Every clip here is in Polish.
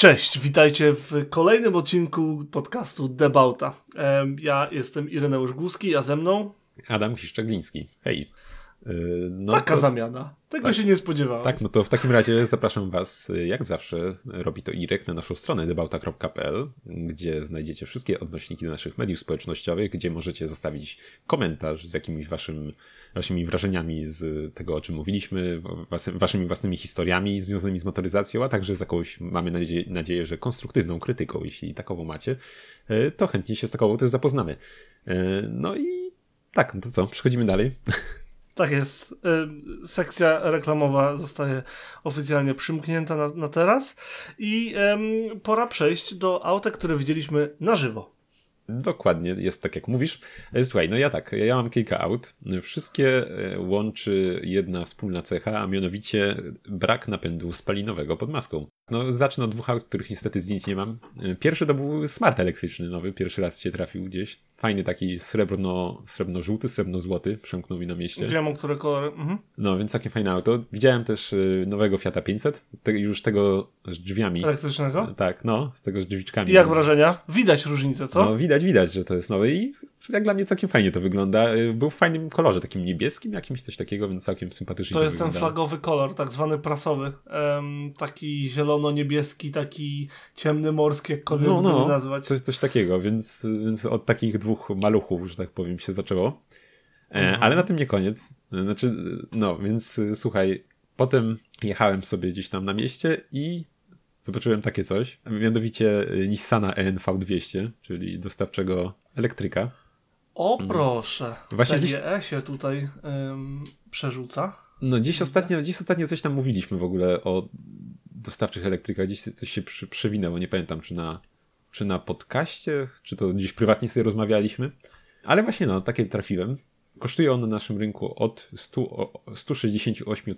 Cześć, witajcie w kolejnym odcinku podcastu Debauta. Ja jestem Ireneusz Głuski, a ze mną... Adam Kiszczagliński. Hej. Taka zamiana. Tego się nie spodziewałem. Tak, no to w takim razie zapraszam was, jak zawsze, robi to Irek, na naszą stronę debauta.pl, gdzie znajdziecie wszystkie odnośniki do naszych mediów społecznościowych, gdzie możecie zostawić komentarz z jakimiś waszymi wrażeniami z tego, o czym mówiliśmy, waszymi własnymi historiami związanymi z motoryzacją, a także z jakąś, mamy nadzieję, że konstruktywną krytyką. Jeśli takową macie, to chętnie się z takową też zapoznamy. No i tak, no to co, przechodzimy dalej. Tak jest. Sekcja reklamowa zostaje oficjalnie przymknięta na teraz i pora przejść do autek, które widzieliśmy na żywo. Dokładnie, jest tak jak mówisz. Słuchaj, no ja mam kilka aut. Wszystkie łączy jedna wspólna cecha, a mianowicie brak napędu spalinowego pod maską. No zacznę od dwóch aut, których niestety zdjęć nie mam. Pierwszy to był Smart elektryczny nowy, pierwszy raz się trafił gdzieś. Fajny taki srebrno-żółty, srebrno-złoty, przemknął mi na mieście. Wiem, o które kolory. Mhm. No, więc takie fajne auto. Widziałem też nowego Fiata 500, już tego z drzwiami. Elektrycznego? Tak, no, z tego z drzwiczkami. I jak wrażenia? Widać różnicę, co? No, widać, że to jest nowe i jak dla mnie całkiem fajnie to wygląda. Był w fajnym kolorze, takim niebieskim jakimś, coś takiego, więc całkiem sympatycznie to jest wygląda. Ten flagowy kolor, tak zwany prasowy. Taki zielono-niebieski, taki ciemny morski, jakkolwiek by go nazwać. Coś takiego, więc od takich dwóch maluchów, że tak powiem, się zaczęło. Ale na tym nie koniec. Znaczy, no, więc słuchaj, potem jechałem sobie gdzieś tam na mieście i zobaczyłem takie coś, mianowicie Nissana ENV200, czyli dostawczego elektryka. O proszę, Właśnie TGE się tutaj przerzuca. No gdzieś ostatnio coś tam mówiliśmy w ogóle o dostawczych elektrykach, gdzieś coś się przewinęło, nie pamiętam czy na podcaście, czy to gdzieś prywatnie sobie rozmawialiśmy, ale właśnie takie trafiłem. Kosztuje on na naszym rynku od 168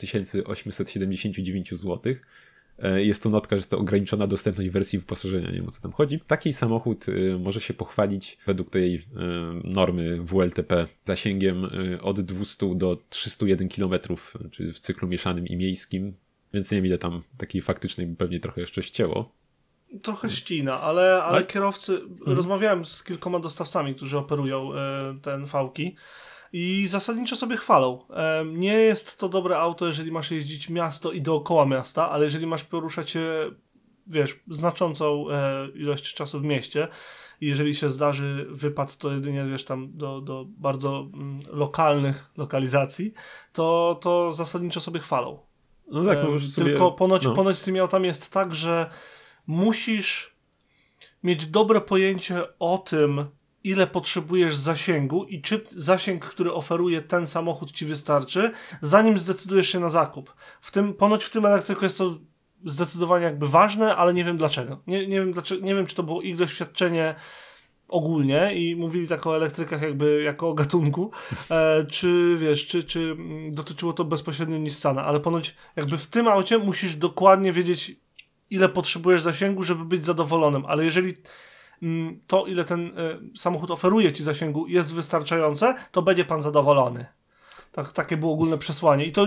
879 zł. Jest tu notka, że to ograniczona dostępność wersji wyposażenia, nie wiem o co tam chodzi. Taki samochód może się pochwalić według tej normy WLTP zasięgiem od 200 do 301 km, czy w cyklu mieszanym i miejskim, więc nie wiem ile tam takiej faktycznej pewnie trochę jeszcze ścięło. Trochę ścina, ale kierowcy, rozmawiałem z kilkoma dostawcami, którzy operują te NV-ki i zasadniczo sobie chwalą. Nie jest to dobre auto, jeżeli masz jeździć miasto i dookoła miasta, ale jeżeli masz poruszać się, znaczącą ilość czasu w mieście i jeżeli się zdarzy wypad, to jedynie, tam do bardzo lokalnych lokalizacji, to zasadniczo sobie chwalą. No tak, możesz sobie... Tylko ponoć z tymi autami jest tak, że musisz mieć dobre pojęcie o tym, ile potrzebujesz zasięgu i czy zasięg, który oferuje ten samochód ci wystarczy, zanim zdecydujesz się na zakup. Ponoć w tym elektryku jest to zdecydowanie ważne, ale nie wiem dlaczego. Nie wiem, czy to było ich doświadczenie ogólnie i mówili tak o elektrykach jako o gatunku, czy dotyczyło to bezpośrednio Nissana, ale ponoć w tym aucie musisz dokładnie wiedzieć, ile potrzebujesz zasięgu, żeby być zadowolonym, ale jeżeli to, ile ten samochód oferuje ci zasięgu, jest wystarczające, to będzie pan zadowolony. Takie było ogólne przesłanie. I to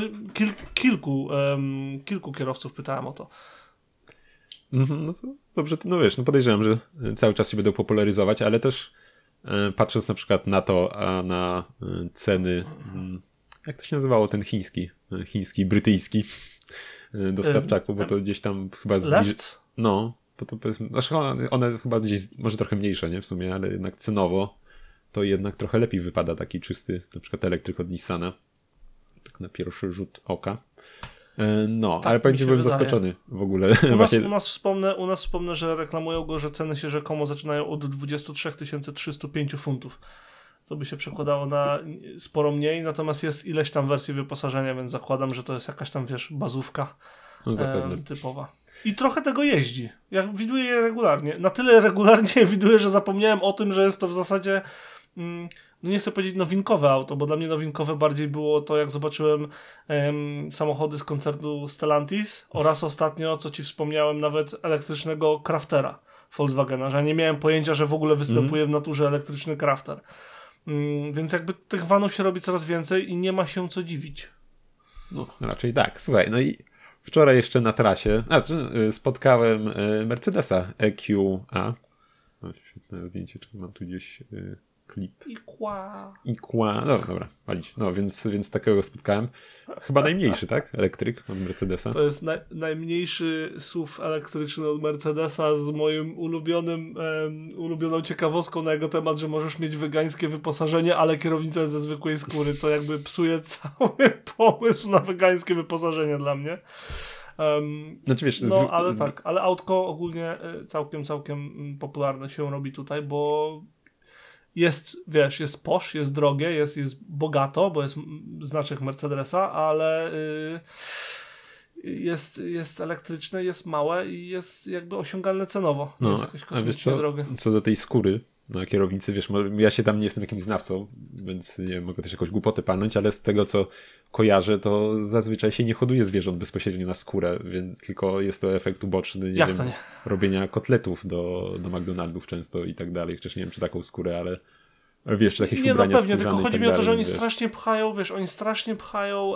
kilku kierowców pytałem o to. No to dobrze, podejrzewam, że cały czas się będą popularyzować, ale też patrząc na przykład na to, a na ceny, jak to się nazywało, ten chiński, brytyjski dostawczaku, bo to gdzieś tam chyba... Left? No, bo to powiedzmy, one chyba gdzieś może trochę mniejsze, nie, w sumie, ale jednak cenowo to jednak trochę lepiej wypada taki czysty, na przykład elektryk od Nissana, tak na pierwszy rzut oka. No, tak, ale powiem ci, byłem zaskoczony w ogóle. U nas wspomnę, że reklamują go, że ceny się rzekomo zaczynają od 23 305 funtów. Co by się przekładało na sporo mniej, natomiast jest ileś tam wersji wyposażenia, więc zakładam, że to jest jakaś tam, wyposażenia typowa. I trochę tego jeździ. Ja widuję je regularnie. Na tyle regularnie widuję, że zapomniałem o tym, że jest to w zasadzie nie chcę powiedzieć nowinkowe auto, bo dla mnie nowinkowe bardziej było to, jak zobaczyłem samochody z koncernu Stellantis oraz ostatnio, co ci wspomniałem, nawet elektrycznego Craftera Volkswagena, że ja nie miałem pojęcia, że w ogóle występuje w naturze elektryczny Crafter. Więc tych vanów się robi coraz więcej i nie ma się co dziwić. No, raczej tak. Słuchaj, no i wczoraj jeszcze na trasie spotkałem Mercedesa EQA. O, świetne zdjęcie, czy mam tu gdzieś klip. Ikła. No, dobra, palić. No, więc takiego spotkałem. Chyba najmniejszy, tak? Elektryk od Mercedesa. To jest najmniejszy SUV elektryczny od Mercedesa z moim ulubioną ciekawostką na jego temat, że możesz mieć wegańskie wyposażenie, ale kierownica jest ze zwykłej skóry, co jakby psuje cały pomysł na wegańskie wyposażenie dla mnie. Znaczy, wiesz, ale autko ogólnie całkiem popularne się robi tutaj, bo jest posh, jest drogie, jest bogato, bo jest znaczek Mercedesa, ale jest elektryczne, jest małe i jest jakby osiągalne cenowo. Nie jest jakoś kosmicznie drogie. Co do tej skóry na kierownicy, wiesz, ja się tam nie jestem jakimś znawcą, więc nie wiem, mogę też jakąś głupotę palnąć, ale z tego, co kojarzę, to zazwyczaj się nie hoduje zwierząt bezpośrednio na skórę, więc tylko jest to efekt uboczny, nie wiem, robienia kotletów do McDonaldów często i tak dalej. Chociaż nie wiem, czy taką skórę, ale wiesz, czy jakieś ubrania no pewnie, tylko skórzane chodzi tak mi o to, dalej, że oni strasznie pchają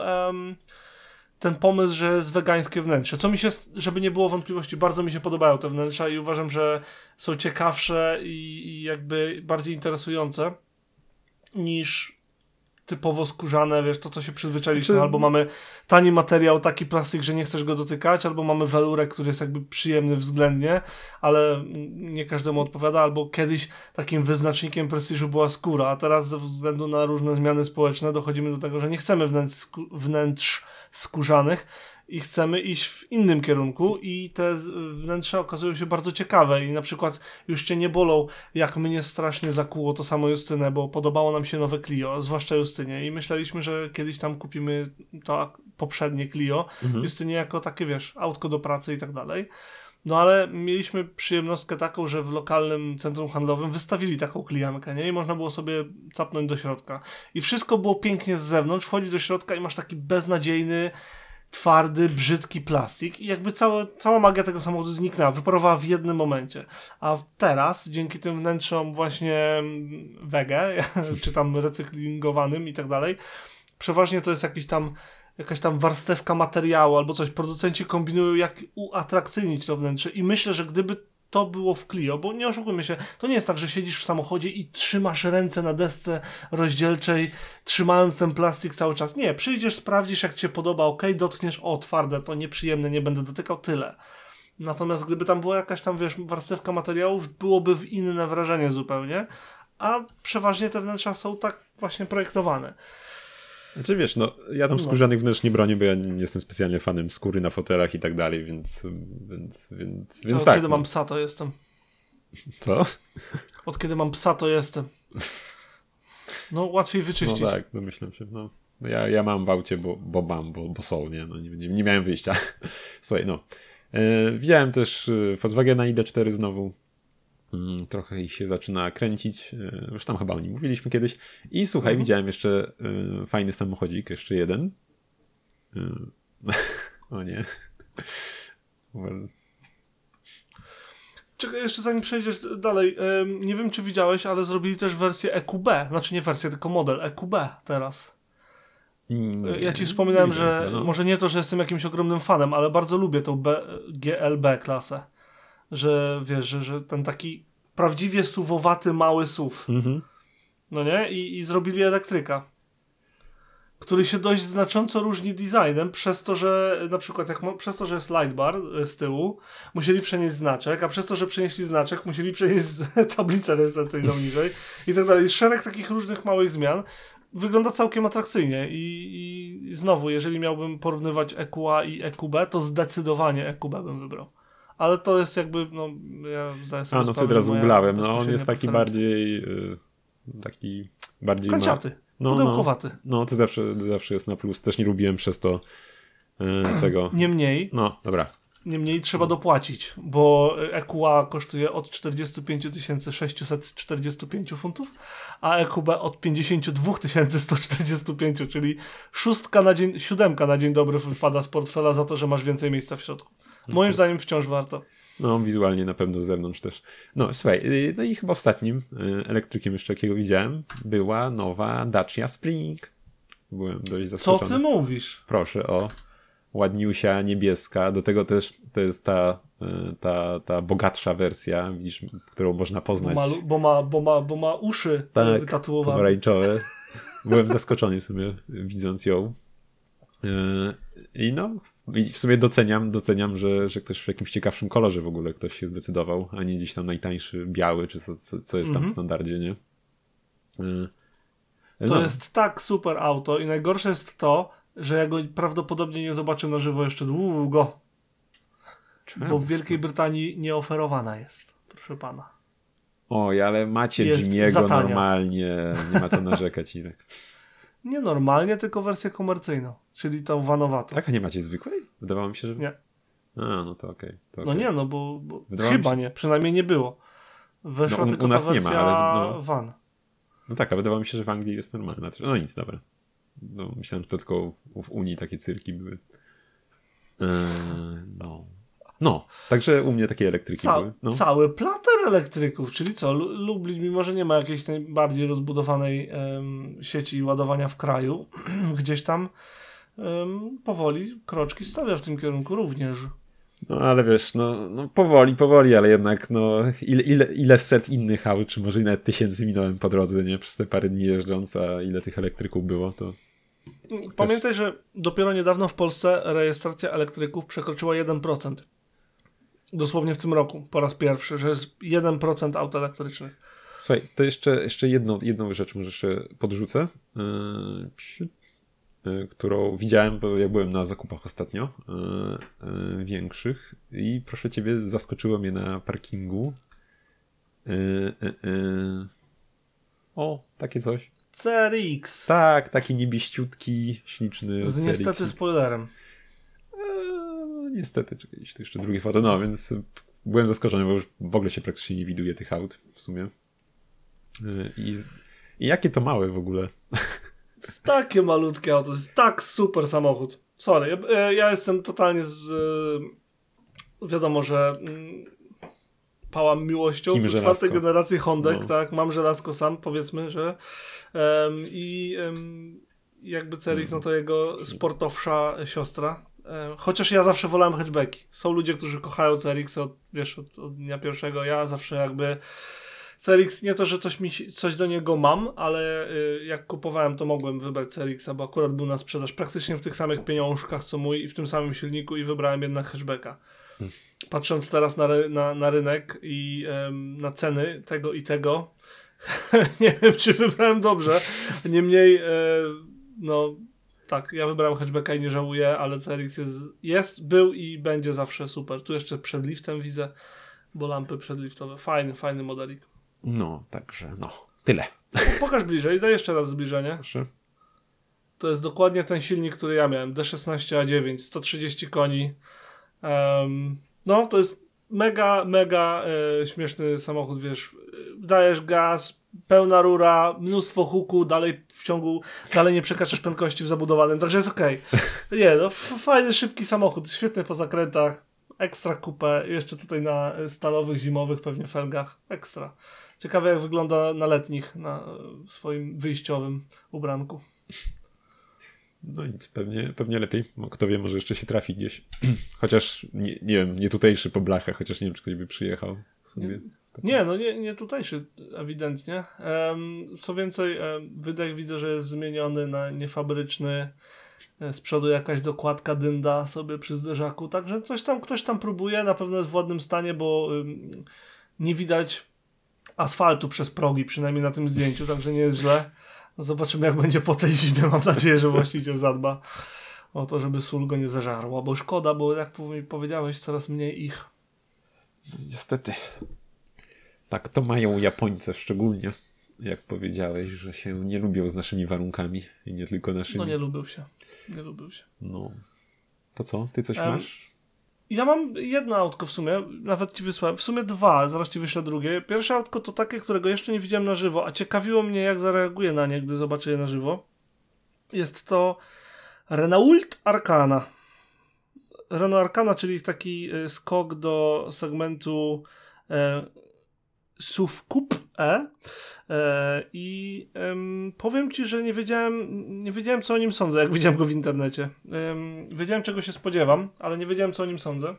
ten pomysł, że jest wegańskie wnętrze. Co mi się, żeby nie było wątpliwości, bardzo mi się podobają te wnętrza i uważam, że są ciekawsze i jakby bardziej interesujące niż typowo skórzane, wiesz, to co się przyzwyczailiśmy, albo mamy tani materiał, taki plastik, że nie chcesz go dotykać, albo mamy welurek, który jest jakby przyjemny względnie, ale nie każdemu odpowiada, albo kiedyś takim wyznacznikiem prestiżu była skóra, a teraz ze względu na różne zmiany społeczne dochodzimy do tego, że nie chcemy wnętrz skórzanych i chcemy iść w innym kierunku i te wnętrza okazują się bardzo ciekawe i na przykład już cię nie bolą, jak mnie strasznie zakuło to samo Justynę, bo podobało nam się nowe Clio, zwłaszcza Justynie i myśleliśmy, że kiedyś tam kupimy to poprzednie Clio, Justynie jako takie, wiesz, autko do pracy i tak dalej. No ale mieliśmy przyjemnostkę taką, że w lokalnym centrum handlowym wystawili taką klijankę, nie? I można było sobie capnąć do środka. I wszystko było pięknie z zewnątrz, wchodzisz do środka i masz taki beznadziejny, twardy, brzydki plastik i jakby cała magia tego samochodu zniknęła, wyparowała w jednym momencie. A teraz, dzięki tym wnętrzom właśnie wege, czy tam recyklingowanym i tak dalej, przeważnie to jest jakaś tam warstewka materiału albo coś. Producenci kombinują, jak uatrakcyjnić to wnętrze i myślę, że gdyby to było w Clio, bo nie oszukujmy się, to nie jest tak, że siedzisz w samochodzie i trzymasz ręce na desce rozdzielczej, trzymając ten plastik cały czas. Nie, przyjdziesz, sprawdzisz, jak ci się podoba, dotkniesz, twarde, to nieprzyjemne, nie będę dotykał, tyle. Natomiast gdyby tam była jakaś tam, wiesz, warstewka materiałów, byłoby w inne wrażenie zupełnie, a przeważnie te wnętrza są tak właśnie projektowane. Znaczy wiesz, ja tam skórzanych wnętrz nie bronię, bo ja nie jestem specjalnie fanem skóry na fotelach i tak dalej, więc Od tak. kiedy mam psa, to jestem. Co? Od kiedy mam psa, to jestem. No, łatwiej wyczyścić. No tak, domyślam się. Ja mam w aucie, bo są, nie? Nie miałem wyjścia. Słuchaj, widziałem też Volkswagena ID4 znowu. Trochę ich się zaczyna kręcić. Już tam chyba o nim mówiliśmy kiedyś. I słuchaj, widziałem jeszcze fajny samochodzik, jeszcze jeden. O nie. Czekaj, jeszcze zanim przejdziesz dalej. Nie wiem, czy widziałeś, ale zrobili też wersję EQB. Znaczy nie wersję, tylko model EQB teraz. Ja ci wspominałem, że może nie to, że jestem jakimś ogromnym fanem, ale bardzo lubię tą GLB klasę. Że wiesz, że ten taki prawdziwie suwowaty mały SUV. No nie? I zrobili elektryka, który się dość znacząco różni designem przez to, że na przykład przez to, że jest light bar z tyłu, musieli przenieść znaczek, a przez to, że przenieśli znaczek, musieli przenieść tablicę rejestracyjną niżej i tak dalej. Szereg takich różnych małych zmian. Wygląda całkiem atrakcyjnie i znowu, jeżeli miałbym porównywać EQA i EQB, to zdecydowanie EQB bym wybrał. Ale to jest jakby, ja zdaję sobie sprawę, od razu googlałem, on jest taki bardziej kanciaty, pudełkowaty. To zawsze jest na plus. Też nie lubiłem przez to tego. Niemniej, dobra. Niemniej trzeba dopłacić, bo EQA kosztuje od 45 645 funtów, a EQB od 52 145, czyli 7 na dzień dobry wypada z portfela za to, że masz więcej miejsca w środku. Moim zdaniem wciąż warto. Wizualnie na pewno z zewnątrz też. Słuchaj, i chyba ostatnim elektrykiem jeszcze jakiego widziałem była nowa Dacia Spring. Byłem dość zaskoczony. Co ty mówisz? Proszę o ładniusia, niebieska. Do tego też to jest ta bogatsza wersja, widzisz, którą można poznać. Bo ma uszy wytatuowane. Pomarańczowe. Byłem zaskoczony w sumie, widząc ją. I no, w sumie doceniam, że ktoś w jakimś ciekawszym kolorze w ogóle ktoś się zdecydował, a nie gdzieś tam najtańszy biały, czy co jest tam w standardzie, nie? To jest tak super auto i najgorsze jest to, że ja go prawdopodobnie nie zobaczę na żywo jeszcze długo. Czemu? Bo w Wielkiej Brytanii nie oferowana jest, proszę pana. Oj, ale macie Jest Jimiego za tania. normalnie, nie ma co narzekać, Irek. Nie normalnie, tylko wersję komercyjną, czyli tą vanowatą. Tak, a nie macie zwykłej? Wydawało mi się, że... Nie. A, no to okej. No nie, no bo chyba nie, przynajmniej nie było. Weszła tylko u nas ta wersja nie ma, ale van. No tak, a wydawało mi się, że w Anglii jest normalna. No nic, dobra. No, myślałem, że to tylko w Unii takie cyrki były. No, także u mnie takie elektryki były. No. Cały plater elektryków, czyli co? Lublin, mimo że nie ma jakiejś najbardziej rozbudowanej sieci ładowania w kraju, gdzieś tam powoli kroczki stawia w tym kierunku również. No ale wiesz, no powoli, ale jednak no ile set innych aut, czy może i nawet tysięcy minąłem po drodze, nie? Przez te parę dni jeżdżąc, a ile tych elektryków było, to... Pamiętaj, że dopiero niedawno w Polsce rejestracja elektryków przekroczyła 1%. Dosłownie w tym roku, po raz pierwszy, że jest 1% aut elektrycznych. Słuchaj, to jeszcze jedną rzecz może jeszcze podrzucę, którą widziałem, bo ja byłem na zakupach ostatnio, większych i proszę ciebie, zaskoczyło mnie na parkingu. O, takie coś. CRX. Tak, taki niebieściutki, śliczny Z niestety spoilerem. Niestety, czekaj, to jeszcze drugie foto. No, więc byłem zaskoczony, bo już w ogóle się praktycznie nie widuje tych aut w sumie. I jakie to małe w ogóle. To jest takie malutkie auto, to jest tak super samochód. Sorry, ja jestem totalnie wiadomo, że pałam miłością Team czwartej żelazko. generacji Hondek, No. tak, mam żelazko sam, powiedzmy, że jakby CRX, no to jego sportowsza siostra. Chociaż ja zawsze wolałem hatchbacki. Są ludzie, którzy kochają CRX od dnia pierwszego. Ja zawsze jakby CRX, nie to, że coś do niego mam, ale jak kupowałem, to mogłem wybrać CRX-a, bo akurat był na sprzedaż praktycznie w tych samych pieniążkach co mój i w tym samym silniku i wybrałem jednak hatchbacka. Patrząc teraz na rynek i na ceny tego i tego, nie wiem, czy wybrałem dobrze. Niemniej, no tak, ja wybrałem hatchbacka i nie żałuję, ale CRX był i będzie zawsze super. Tu jeszcze przed liftem widzę, bo lampy przedliftowe. Fajny modelik. No, także tyle. Pokaż bliżej, daj jeszcze raz zbliżenie. Proszę. To jest dokładnie ten silnik, który ja miałem. D16A9, 130 koni. No, to jest mega śmieszny samochód, wiesz. Dajesz gaz, pełna rura, mnóstwo huku, dalej nie przekraczasz prędkości w zabudowanym, także jest okej. Nie, no fajny, szybki samochód, świetny po zakrętach, ekstra kupę, jeszcze tutaj na stalowych, zimowych pewnie felgach, ekstra. Ciekawe jak wygląda na letnich, na swoim wyjściowym ubranku. No nic, pewnie lepiej. Kto wie, może jeszcze się trafi gdzieś. Chociaż, nie wiem, nie tutejszy po blachach, chociaż nie wiem, czy ktoś by przyjechał sobie. Nie tutejszy, ewidentnie. Co więcej, wydech widzę, że jest zmieniony na niefabryczny. Z przodu jakaś dokładka dynda sobie przy zderzaku, także ktoś tam próbuje, na pewno jest w ładnym stanie, bo nie widać asfaltu przez progi, przynajmniej na tym zdjęciu, także nie jest źle. No zobaczymy jak będzie po tej zimie, mam nadzieję, że właściciel zadba o to, żeby sól go nie zażarła, bo szkoda, bo jak powiedziałeś, coraz mniej ich. Niestety. Tak, to mają Japońcy szczególnie, jak powiedziałeś, że się nie lubią z naszymi warunkami i nie tylko naszymi. No nie lubił się. No. To co? Ty coś masz? Ja mam jedno autko w sumie, nawet ci wysłałem, w sumie dwa, zaraz ci wyślę drugie. Pierwsze autko to takie, którego jeszcze nie widziałem na żywo, a ciekawiło mnie jak zareaguję na nie, gdy zobaczę je na żywo. Jest to Renault Arcana. Renault Arcana, czyli taki skok do segmentu SUV Coupe E i powiem ci, że nie wiedziałem co o nim sądzę, jak widziałem go w internecie. Wiedziałem czego się spodziewam, ale nie wiedziałem co o nim sądzę.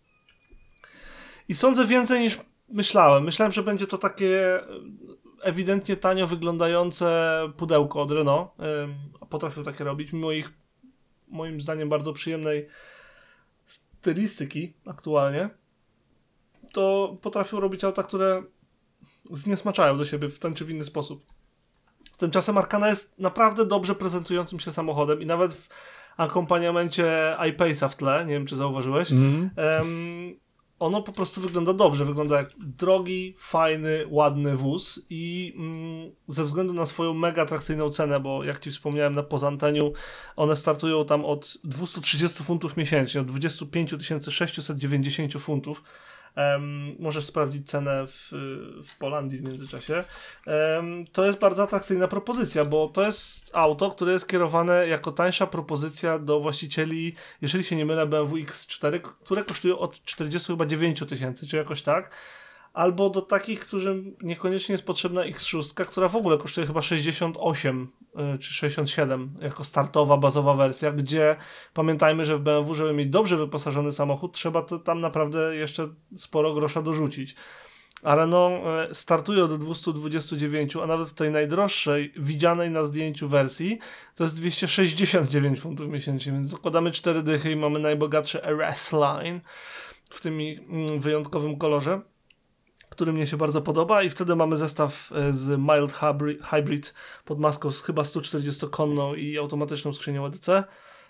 I sądzę więcej niż myślałem. Myślałem, że będzie to takie ewidentnie tanio wyglądające pudełko od Renault. Potrafią takie robić, mimo ich moim zdaniem bardzo przyjemnej stylistyki aktualnie. To potrafią robić auta, które zniesmaczają do siebie w ten czy w inny sposób. Tymczasem Arkana jest naprawdę dobrze prezentującym się samochodem i nawet w akompaniamencie iPace'a w tle, nie wiem czy zauważyłeś, ono po prostu wygląda dobrze. Wygląda jak drogi, fajny, ładny wóz i ze względu na swoją mega atrakcyjną cenę, bo jak ci wspomniałem na pozanteniu, one startują tam od 230 funtów miesięcznie, od 25 690 funtów. Możesz sprawdzić cenę w Polandii w międzyczasie. To jest bardzo atrakcyjna propozycja, bo to jest auto, które jest kierowane jako tańsza propozycja do właścicieli, jeżeli się nie mylę, BMW X4, które kosztują od 49 tysięcy, czy jakoś tak. Albo do takich, którym niekoniecznie jest potrzebna X6, która w ogóle kosztuje chyba 68 czy 67 jako startowa, bazowa wersja, gdzie pamiętajmy, że w BMW, żeby mieć dobrze wyposażony samochód, trzeba to tam naprawdę jeszcze sporo grosza dorzucić. Ale no, startuje od 229, a nawet w tej najdroższej, widzianej na zdjęciu wersji, to jest 269 funtów miesięcznie, więc dokładamy 4 dychy i mamy najbogatszy RS Line w tym wyjątkowym kolorze, który mnie się bardzo podoba i wtedy mamy zestaw z Mild Hybrid pod maską z chyba 140-konną i automatyczną skrzynią EDC.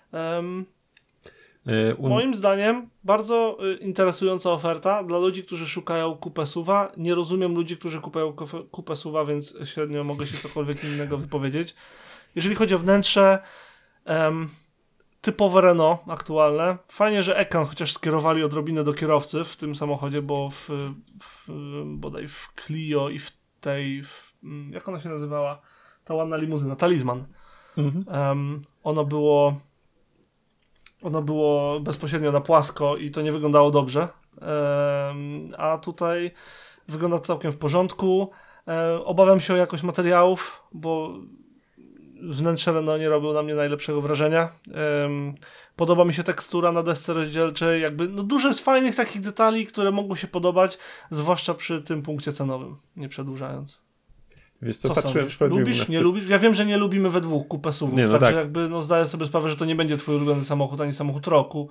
Moim zdaniem bardzo interesująca oferta dla ludzi, którzy szukają coupe SUV-a. Nie rozumiem ludzi, którzy kupują coupe SUV-a, więc średnio mogę się cokolwiek innego wypowiedzieć. Jeżeli chodzi o wnętrze, typowe Renault aktualne. Fajnie, że ekran chociaż skierowali odrobinę do kierowcy w tym samochodzie, bo bodaj w Clio i w tej, jak ona się nazywała? Ta ładna limuzyna, Talisman. Ono było bezpośrednio na płasko i to nie wyglądało dobrze. A tutaj wygląda całkiem w porządku. Obawiam się o jakość materiałów, bo wnętrze Renault nie robią na mnie najlepszego wrażenia. Podoba mi się tekstura na desce rozdzielczej, jakby dużo jest fajnych takich detali, które mogą się podobać, zwłaszcza przy tym punkcie cenowym, nie przedłużając. Wiesz co patrzyłem, lubisz, nie lubisz? Ja wiem, że nie lubimy we dwóch coupe SUV-ów, także tak. Jakby zdaję sobie sprawę, że to nie będzie twój ulubiony samochód, ani samochód roku,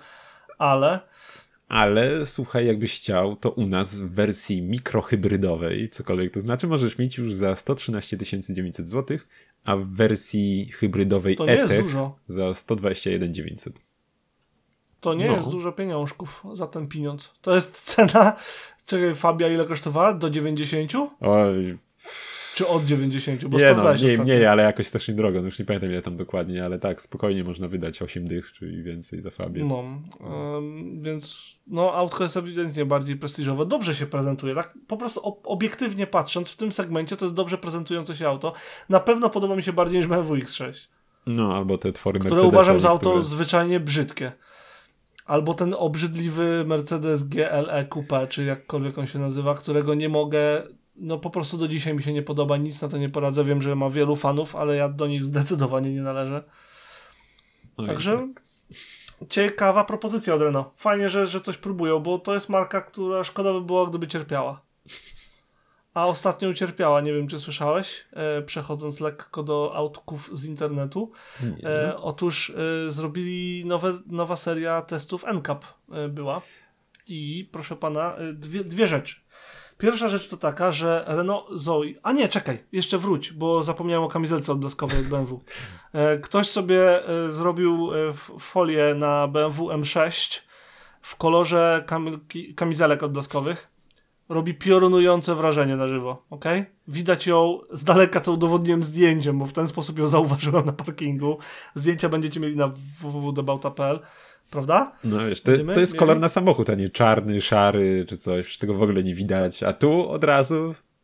ale słuchaj, jakbyś chciał, to u nas w wersji mikrohybrydowej, cokolwiek to znaczy, możesz mieć już za 113 900 zł, a w wersji hybrydowej to nie jest dużo. za 121 900. To nie jest dużo pieniążków za ten pieniądz. To jest cena, czekaj, Fabia ile kosztowała? Do 90? Oj. Czy od 90? Bo mniej, ale jakoś strasznie drogo. No już nie pamiętam ile tam dokładnie, ale tak, spokojnie można wydać 8 dych, czyli więcej za Fabię. Więc autko jest ewidentnie bardziej prestiżowe. Dobrze się prezentuje. Tak po prostu obiektywnie patrząc, w tym segmencie to jest dobrze prezentujące się auto. Na pewno podoba mi się bardziej niż BMW X6. Albo te twory Mercedesa. Które uważam za auto zwyczajnie brzydkie. Albo ten obrzydliwy Mercedes GLE Coupe, czy jakkolwiek on się nazywa, którego nie mogę... po prostu do dzisiaj mi się nie podoba, nic na to nie poradzę. Wiem, że ma wielu fanów, ale ja do nich zdecydowanie nie należę. Także ciekawa propozycja od Renault. Fajnie, że coś próbują, bo to jest marka, która szkoda by było, gdyby cierpiała. A ostatnio ucierpiała, nie wiem czy słyszałeś, przechodząc lekko do autków z internetu. Otóż zrobili nowa seria testów NCAP była i proszę pana, dwie rzeczy. Pierwsza rzecz to taka, że Renault Zoe... A nie, czekaj, jeszcze wróć, bo zapomniałem o kamizelce odblaskowej od BMW. Ktoś sobie zrobił folię na BMW M6 w kolorze kamizelek odblaskowych. Robi piorunujące wrażenie na żywo, okej? Widać ją z daleka, co udowodniłem zdjęciem, bo w ten sposób ją zauważyłem na parkingu. Zdjęcia będziecie mieli na www.debauta.pl. Prawda? No wiesz, to jest kolor na samochód, a nie czarny, szary czy coś. Tego w ogóle nie widać. A tu od razu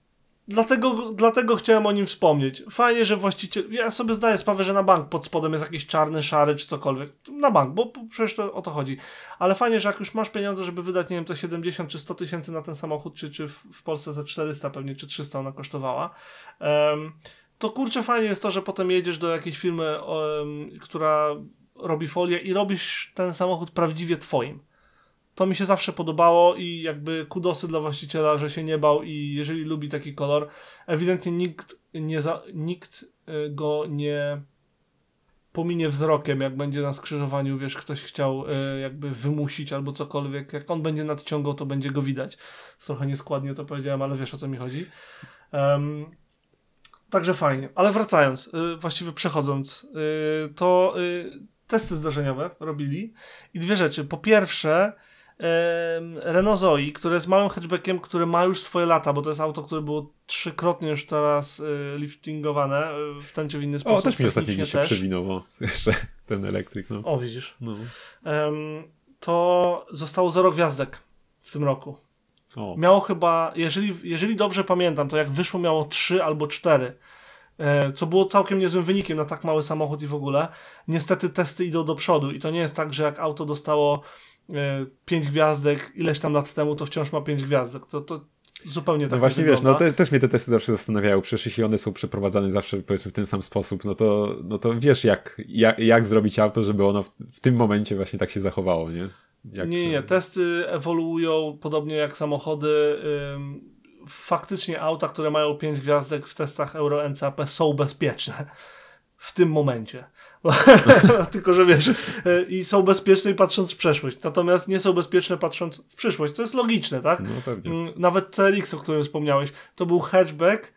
Dlatego chciałem o nim wspomnieć. Fajnie, że właściciel... Ja sobie zdaję sprawę, że na bank pod spodem jest jakiś czarny, szary czy cokolwiek. Na bank, bo przecież to o to chodzi. Ale fajnie, że jak już masz pieniądze, żeby wydać, nie wiem, to 70 czy 100 tysięcy na ten samochód, czy w Polsce za 400 pewnie, czy 300 ona kosztowała, to kurczę fajnie jest to, że potem jedziesz do jakiejś firmy, która robi folię i robisz ten samochód prawdziwie twoim. To mi się zawsze podobało i jakby kudosy dla właściciela, że się nie bał i jeżeli lubi taki kolor, ewidentnie nikt go nie pominie wzrokiem, jak będzie na skrzyżowaniu, wiesz, ktoś chciał jakby wymusić albo cokolwiek. Jak on będzie nadciągał, to będzie go widać. Trochę nieskładnie to powiedziałem, ale wiesz, o co mi chodzi. Także fajnie. Ale wracając, właściwie przechodząc, to testy zdarzeniowe robili i dwie rzeczy. Po pierwsze, Renault Zoe, które jest małym hatchbackiem, które ma już swoje lata, bo to jest auto, które było 3-krotnie już teraz liftingowane w ten czy w inny sposób. O, też mi ostatnio gdzieś się przewinąło jeszcze ten elektryk. No. O, widzisz. No. To zostało 0 gwiazdek w tym roku. O. Miało chyba, jeżeli dobrze pamiętam, to jak wyszło miało 3 albo 4. Co było całkiem niezłym wynikiem na tak mały samochód i w ogóle. Niestety testy idą do przodu i to nie jest tak, że jak auto dostało 5 gwiazdek ileś tam lat temu, to wciąż ma 5 gwiazdek. To zupełnie tak. No właśnie wiesz, no też mnie te testy zawsze zastanawiały, przecież jeśli one są przeprowadzane zawsze powiedzmy w ten sam sposób, no to wiesz jak zrobić auto, żeby ono w tym momencie właśnie tak się zachowało, nie? Nie, testy ewoluują podobnie jak samochody. Faktycznie auta, które mają 5 gwiazdek w testach Euro NCAP są bezpieczne. W tym momencie. Tylko, że wiesz, i są bezpieczne patrząc w przeszłość. Natomiast nie są bezpieczne patrząc w przyszłość. To jest logiczne, tak? No pewnie. Nawet CLX, o którym wspomniałeś, to był hatchback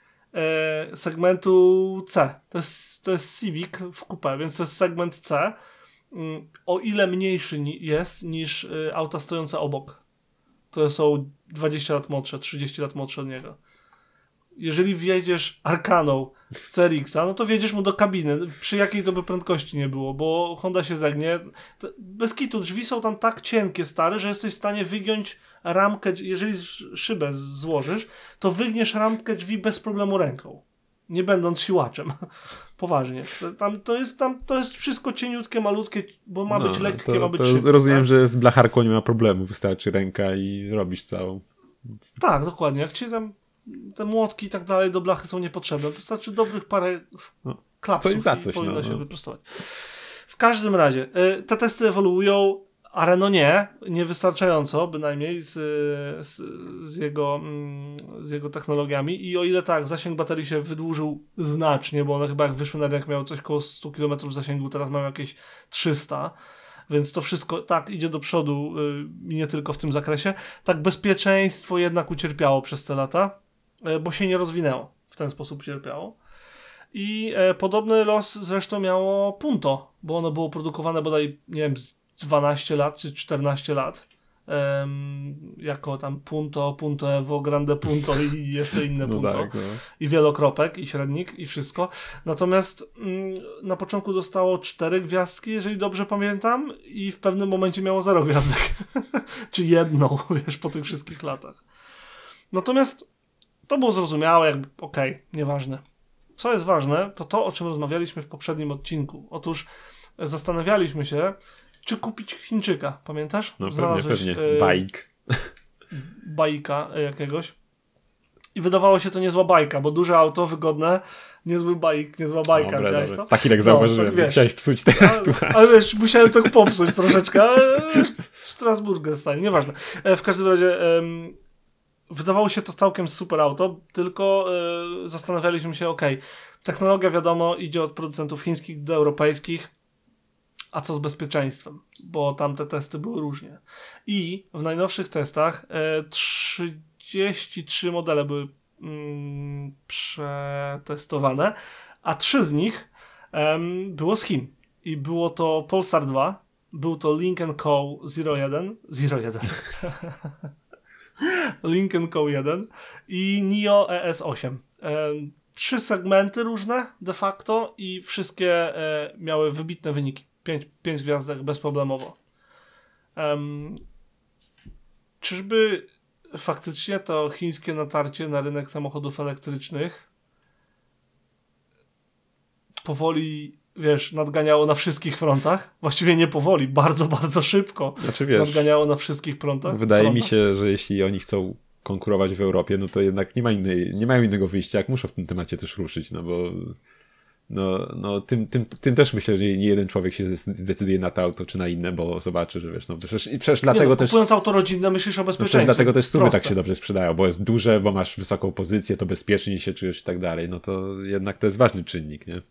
segmentu C. To jest Civic w coupé, więc to jest segment C. O ile mniejszy jest niż auta stojące obok. To są 20 lat młodsze, 30 lat młodsze od niego. Jeżeli wjedziesz Arkaną w CLX-a, no to wjedziesz mu do kabiny, przy jakiej to by prędkości nie było, bo Honda się zegnie. Bez kitu, drzwi są tam tak cienkie, stare, że jesteś w stanie wygiąć ramkę, jeżeli szybę złożysz, to wygniesz ramkę drzwi bez problemu ręką, nie będąc siłaczem. Poważnie. To jest wszystko cieniutkie, malutkie, bo ma być lekkie, ma być szybkie. Rozumiem, tak? że z blacharką nie ma problemu, wystarczy ręka i robisz całą. Tak, dokładnie. Jak ci tam te młotki i tak dalej do blachy są niepotrzebne. Wystarczy dobrych parę klapsów i powinno się wyprostować. W każdym razie, te testy ewoluują, a Renault niewystarczająco, bynajmniej z jego technologiami i o ile tak, zasięg baterii się wydłużył znacznie, bo one chyba jak wyszły na rynek miały coś koło 100 km zasięgu, teraz mają jakieś 300, więc to wszystko tak idzie do przodu i nie tylko w tym zakresie. Tak bezpieczeństwo jednak ucierpiało przez te lata, bo się nie rozwinęło. W ten sposób ucierpiało. I podobny los zresztą miało Punto, bo ono było produkowane bodaj, nie wiem, z 12 lat czy 14 lat. Jako tam Punto Evo, Grande Punto i jeszcze inne Punto. Tak, no. I wielokropek, i średnik, i wszystko. Natomiast na początku dostało 4 gwiazdki, jeżeli dobrze pamiętam, i w pewnym momencie miało 0 gwiazdek. Czy jedną, wiesz, po tych wszystkich latach. Natomiast to było zrozumiałe, jakby okej, nieważne. Co jest ważne, to o czym rozmawialiśmy w poprzednim odcinku. Otóż zastanawialiśmy się, czy kupić Chińczyka, pamiętasz? No pewnie. Bajka jakiegoś. I wydawało się to niezła bajka, bo duże auto, wygodne, niezły bajk, niezła bajka. Dobra. Taki jak zauważyłem, tak chciałeś psuć teraz tłumaczyć. Ale wiesz, musiałem to popsuć troszeczkę, ale Strasburger stanie, nieważne. W każdym razie wydawało się to całkiem super auto, tylko zastanawialiśmy się, technologia wiadomo idzie od producentów chińskich do europejskich, a co z bezpieczeństwem? Bo tamte testy były różnie. I w najnowszych testach 33 modele były przetestowane, a 3 z nich było z Chin. I było to Polestar 2, był to Lynk & Co 01 Lynk & Co 1 i NIO ES8. 3 segmenty różne de facto i wszystkie miały wybitne wyniki. 5 gwiazdek bezproblemowo. Czyżby faktycznie to chińskie natarcie na rynek samochodów elektrycznych powoli, wiesz, nadganiało na wszystkich frontach. Właściwie nie powoli, bardzo, bardzo szybko. Znaczy, wiesz, nadganiało na wszystkich frontach. wydaje mi się, że jeśli oni chcą konkurować w Europie, no to jednak nie mają innego wyjścia, jak muszą w tym temacie też ruszyć, no bo tym też myślę, że nie jeden człowiek się zdecyduje na to auto czy na inne, bo zobaczy, że wiesz, no przecież dlatego też... Kupując auto rodzinne myślisz o bezpieczeństwie. Przecież dlatego też SUVy tak Proste. się dobrze sprzedają, bo jest duże, bo masz wysoką pozycję, to bezpiecznie się czujesz i tak dalej, no to jednak to jest ważny czynnik, nie?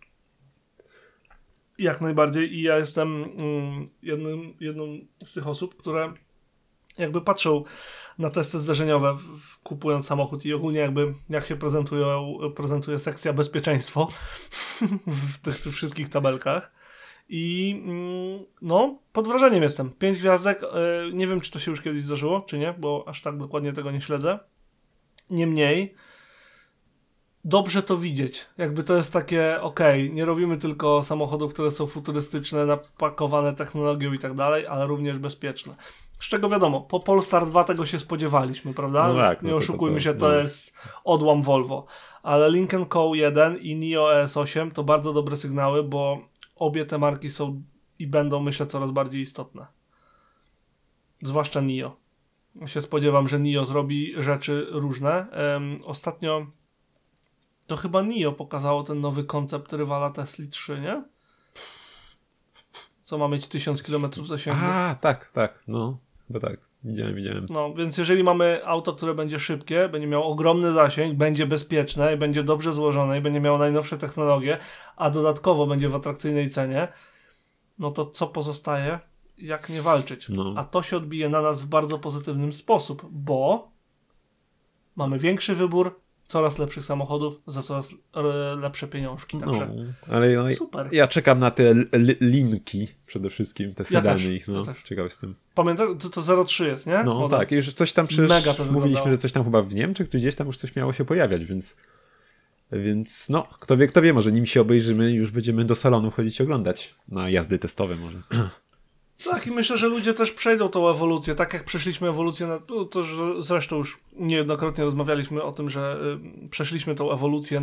Jak najbardziej i ja jestem jedną z tych osób, które jakby patrzą na testy zderzeniowe kupując samochód i ogólnie jakby jak się prezentuje sekcja bezpieczeństwo w tych wszystkich tabelkach i no pod wrażeniem jestem. 5 gwiazdek, nie wiem czy to się już kiedyś zdarzyło, czy nie, bo aż tak dokładnie tego nie śledzę. Niemniej dobrze to widzieć. Jakby to jest takie, nie robimy tylko samochodów, które są futurystyczne, napakowane technologią i tak dalej, ale również bezpieczne. Z czego wiadomo, po Polestar 2 tego się spodziewaliśmy, prawda? No tak, nie oszukujmy się, no. to jest odłam Volvo. Ale Lincoln Co. 1 i NIO ES8 to bardzo dobre sygnały, bo obie te marki są i będą, myślę, coraz bardziej istotne. Zwłaszcza NIO. Ja się spodziewam, że NIO zrobi rzeczy różne. Ostatnio to chyba NIO pokazało ten nowy koncept rywala Tesla 3, nie? Co ma mieć 1000 km zasięgu. A, tak, no, chyba tak, widziałem. No, więc jeżeli mamy auto, które będzie szybkie, będzie miało ogromny zasięg, będzie bezpieczne, będzie dobrze złożone i będzie miało najnowsze technologie, a dodatkowo będzie w atrakcyjnej cenie, no to co pozostaje, jak nie walczyć? No. A to się odbije na nas w bardzo pozytywny sposób, bo mamy większy wybór, coraz lepszych samochodów za coraz lepsze pieniążki. Także ale super. Ja czekam na te linki przede wszystkim, te sedany ich, ja też. Ciekaw jestem. Pamiętasz, to 03 jest, nie? No tak, już coś tam przecież Mega to mówiliśmy, wyglądało. że coś tam chyba w Niemczech, czy gdzieś tam już coś miało się pojawiać, więc no, kto wie, może nim się obejrzymy i już będziemy do salonu chodzić oglądać na jazdy testowe może. Tak, i myślę, że ludzie też przejdą tą ewolucję, tak jak przeszliśmy ewolucję, to że zresztą już niejednokrotnie rozmawialiśmy o tym, że przeszliśmy tą ewolucję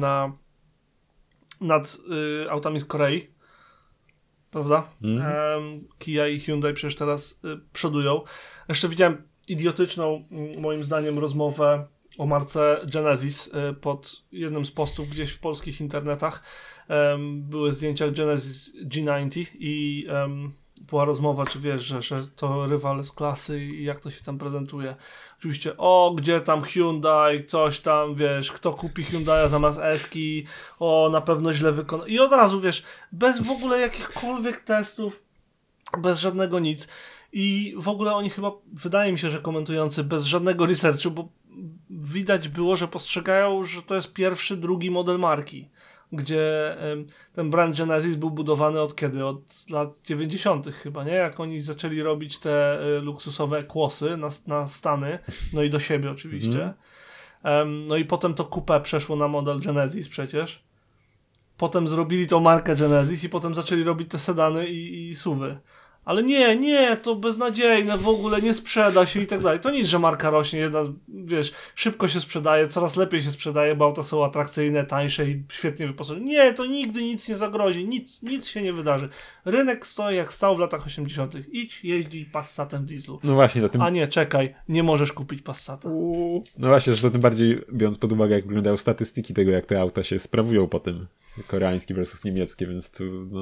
nad autami z Korei, prawda? Kia i Hyundai przecież teraz przodują. Jeszcze widziałem idiotyczną, moim zdaniem, rozmowę o marce Genesis pod jednym z postów gdzieś w polskich internetach. Były zdjęcia Genesis G90 i była rozmowa, czy wiesz, że to rywal z klasy i jak to się tam prezentuje. Oczywiście, gdzie tam Hyundai, coś tam, wiesz, kto kupi Hyundai'a zamiast Eski, na pewno źle wykona. I od razu, wiesz, bez w ogóle jakichkolwiek testów, bez żadnego nic. I w ogóle oni chyba, wydaje mi się, że komentujący bez żadnego researchu, bo widać było, że postrzegają, że to jest pierwszy, drugi model marki, gdzie ten brand Genesis był budowany od kiedy? Od lat 90. chyba, nie? Jak oni zaczęli robić te luksusowe kłosy na Stany, no i do siebie oczywiście. No i potem to coupé przeszło na model Genesis przecież. Potem zrobili tą markę Genesis i potem zaczęli robić te sedany i SUVy. Ale nie, to beznadziejne, w ogóle nie sprzeda się i tak dalej. To nic, że marka rośnie, wiesz, szybko się sprzedaje, coraz lepiej się sprzedaje, bo auta są atrakcyjne, tańsze i świetnie wyposażone. Nie, to nigdy nic nie zagrozi, nic się nie wydarzy. Rynek stoi jak stał w latach 80. Idź, jeździ Passatem w dieslu. No właśnie, na tym... A nie, czekaj, nie możesz kupić Passata. No właśnie, że to tym bardziej biorąc pod uwagę, jak wyglądają statystyki tego, jak te auta się sprawują potem. Koreańskie versus niemieckie, więc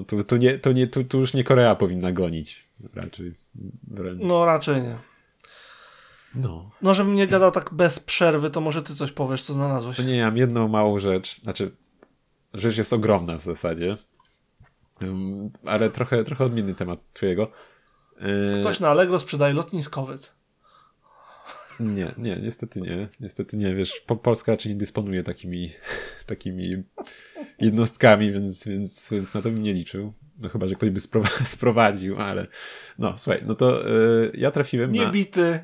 tu już nie Korea powinna gonić. Raczej. Wręcz. No raczej nie. No, żebym nie gadał tak bez przerwy, to może ty coś powiesz, co znalazłeś. To nie, ja mam jedną małą rzecz. Znaczy, rzecz jest ogromna w zasadzie. Ale trochę odmienny temat twojego. Ktoś na Allegro sprzedaje lotniskowiec. Nie, niestety nie. Wiesz, Polska raczej nie dysponuje takimi jednostkami, więc na to bym nie liczył. No chyba, że ktoś by sprowadził, ale no słuchaj, no to ja trafiłem na... Niebity.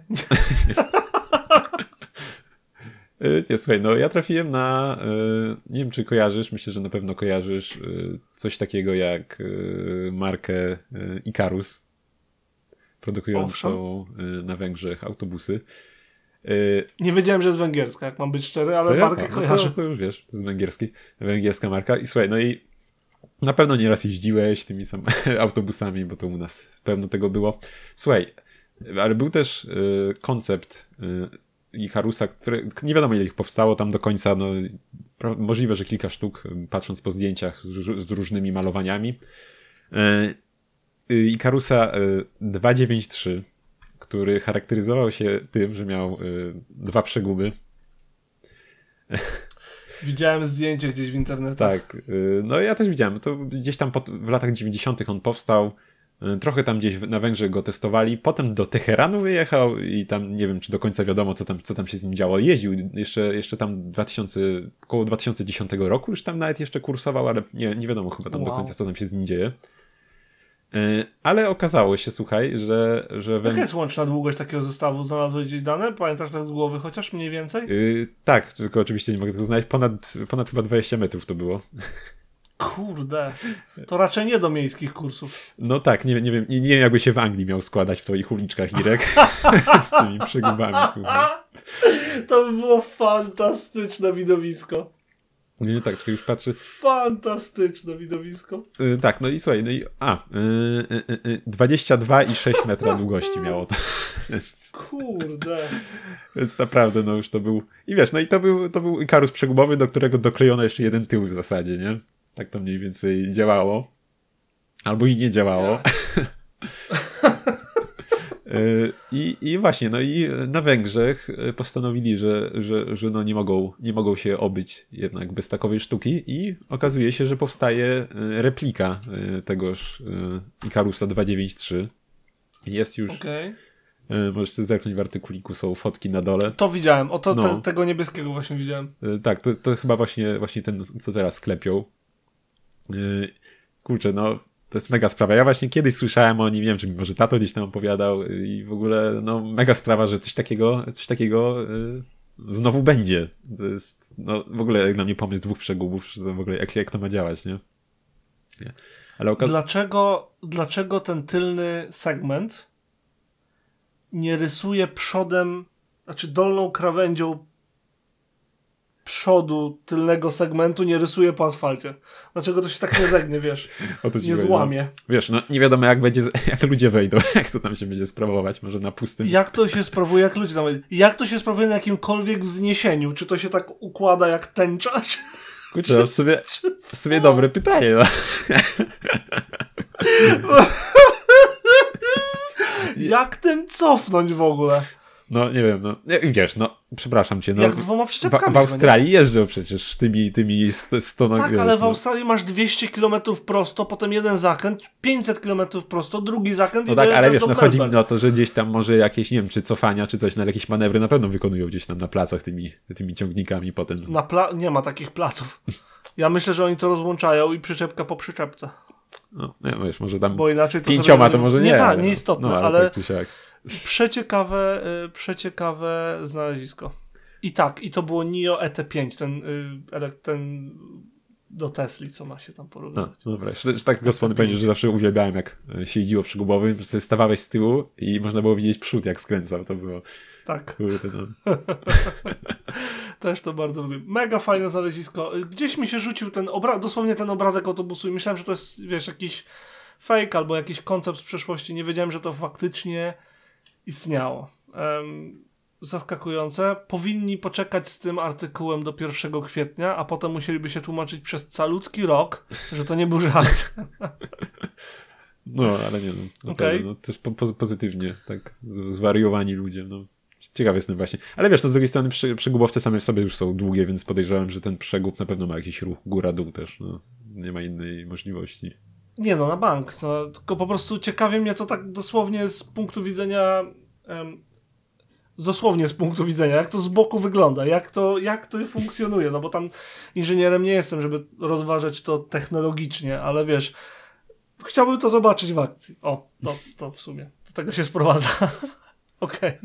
Nie, słuchaj, no ja trafiłem na, nie wiem czy kojarzysz, myślę, że na pewno kojarzysz coś takiego jak markę Ikarus, produkującą na Węgrzech autobusy. Nie wiedziałem, że jest węgierska, jak mam być szczery, ale Serio? markę No kojarzę. to już wiesz, to jest węgierska marka. I słuchaj, no i na pewno nieraz jeździłeś tymi autobusami, bo to u nas pewno tego było. Słuchaj, ale był też koncept Ikarusa, który nie wiadomo ile ich powstało tam do końca, no możliwe, że kilka sztuk, patrząc po zdjęciach z różnymi malowaniami. Ikarusa 293, który charakteryzował się tym, że miał 2 przeguby. Widziałem zdjęcie gdzieś w internecie. Tak, no ja też widziałem. To gdzieś tam w latach 90. on powstał. Trochę tam gdzieś na Węgrzech go testowali. Potem do Teheranu wyjechał i tam nie wiem, czy do końca wiadomo, co tam się z nim działo. Jeździł jeszcze tam około 2010 roku już tam nawet jeszcze kursował, ale nie wiadomo chyba tam do końca, co tam się z nim dzieje. Ale okazało się, słuchaj, że Jaka jest łączna długość takiego zestawu? Znalazłeś gdzieś dane? Pamiętasz tak z głowy chociaż mniej więcej? Tak, tylko oczywiście nie mogę tego znaleźć. Ponad chyba 20 metrów to było. Kurde, to raczej nie do miejskich kursów. No tak, nie wiem jakby się w Anglii miał składać w twoich uliczkach, Irek, z tymi przegubami, słuchaj. To by było fantastyczne widowisko. Nie, tak, tylko już patrzę. Fantastyczne widowisko. Tak, no i słuchaj, 22,6 metra długości miało to. Kurde. Więc naprawdę, no już to był... I wiesz, no i to był Ikarus przegubowy, do którego doklejono jeszcze jeden tył w zasadzie, nie? Tak to mniej więcej działało. Albo i nie działało. I właśnie, no i na Węgrzech postanowili, że no nie mogą się obyć jednak bez takowej sztuki i okazuje się, że powstaje replika tegoż Ikarusa 293. Jest już... Okay. Możesz sobie zerknąć w artykuliku, są fotki na dole. To widziałem, tego niebieskiego właśnie widziałem. Tak, to chyba właśnie ten, co teraz sklepią. Kurczę, no to jest mega sprawa. Ja właśnie kiedyś słyszałem o nim, nie wiem, czy mi może tato gdzieś tam opowiadał i w ogóle no mega sprawa, że coś takiego znowu będzie. To jest no w ogóle jak dla mnie pomysł 2 przegubów, że to w ogóle jak to ma działać, nie? Ale Dlaczego ten tylny segment nie rysuje przodem, znaczy dolną krawędzią przodu tylnego segmentu nie rysuje po asfalcie? Dlaczego to się tak nie zegnie, wiesz? Nie złamie. No, wiesz, no nie wiadomo jak ludzie wejdą, jak to tam się będzie sprawować, może na pustym. Jak to się sprawuje, jak ludzie tam wejdą? Jak to się sprawuje na jakimkolwiek wzniesieniu? Czy to się tak układa jak tęcza? Kurczę, w sumie dobre pytanie. No. Jak tym cofnąć w ogóle? No nie wiem, no wiesz, no przepraszam cię. No, jak z 2 przyczepkami. W Australii jeżdżą przecież tymi 100 Tak, wiesz, ale w Australii masz 200 km prosto, potem jeden zakręt, 500 km prosto, drugi zakręt no i tak, ale wiesz, no chodzi mi Melbourne. o to, że gdzieś tam może jakieś, nie wiem, czy cofania, czy coś, no ale jakieś manewry na pewno wykonują gdzieś tam na placach tymi ciągnikami potem. Nie ma takich placów. Ja myślę, że oni to rozłączają i przyczepka po przyczepce. No, nie, wiesz, może tam bo inaczej to 5 sobie to może nie. Nieistotne, no, ale tak czy siak. przeciekawe znalezisko. I tak, i to było NIO ET5, ten do Tesli, co ma się tam porównywać. No, dobra, tak gospody będzie, że zawsze uwielbiałem, jak się jeździło przy gubowym, po prostu stawałeś z tyłu i można było widzieć przód, jak skręcał, to było... Tak. Kurde, no. Też to bardzo lubię. Mega fajne znalezisko. Gdzieś mi się rzucił dosłownie ten obrazek autobusu i myślałem, że to jest, wiesz, jakiś fake albo jakiś koncept z przeszłości. Nie wiedziałem, że to faktycznie istniało. Zaskakujące. Powinni poczekać z tym artykułem do 1 kwietnia, a potem musieliby się tłumaczyć przez calutki rok, że to nie był żart. No, ale nie, no, okay. No też pozytywnie, tak, zwariowani ludzie, no. Ciekawy jestem właśnie. Ale wiesz, no z drugiej strony przegubowce same w sobie już są długie, więc podejrzewam, że ten przegub na pewno ma jakiś ruch góra-dół też, no. Nie ma innej możliwości. Nie no, na bank, no. Tylko po prostu ciekawi mnie to tak dosłownie z punktu widzenia jak to z boku wygląda, jak to funkcjonuje, no bo tam inżynierem nie jestem, żeby rozważać to technologicznie, ale wiesz, chciałbym to zobaczyć w akcji. O, to w sumie, do tego się sprowadza. Okej.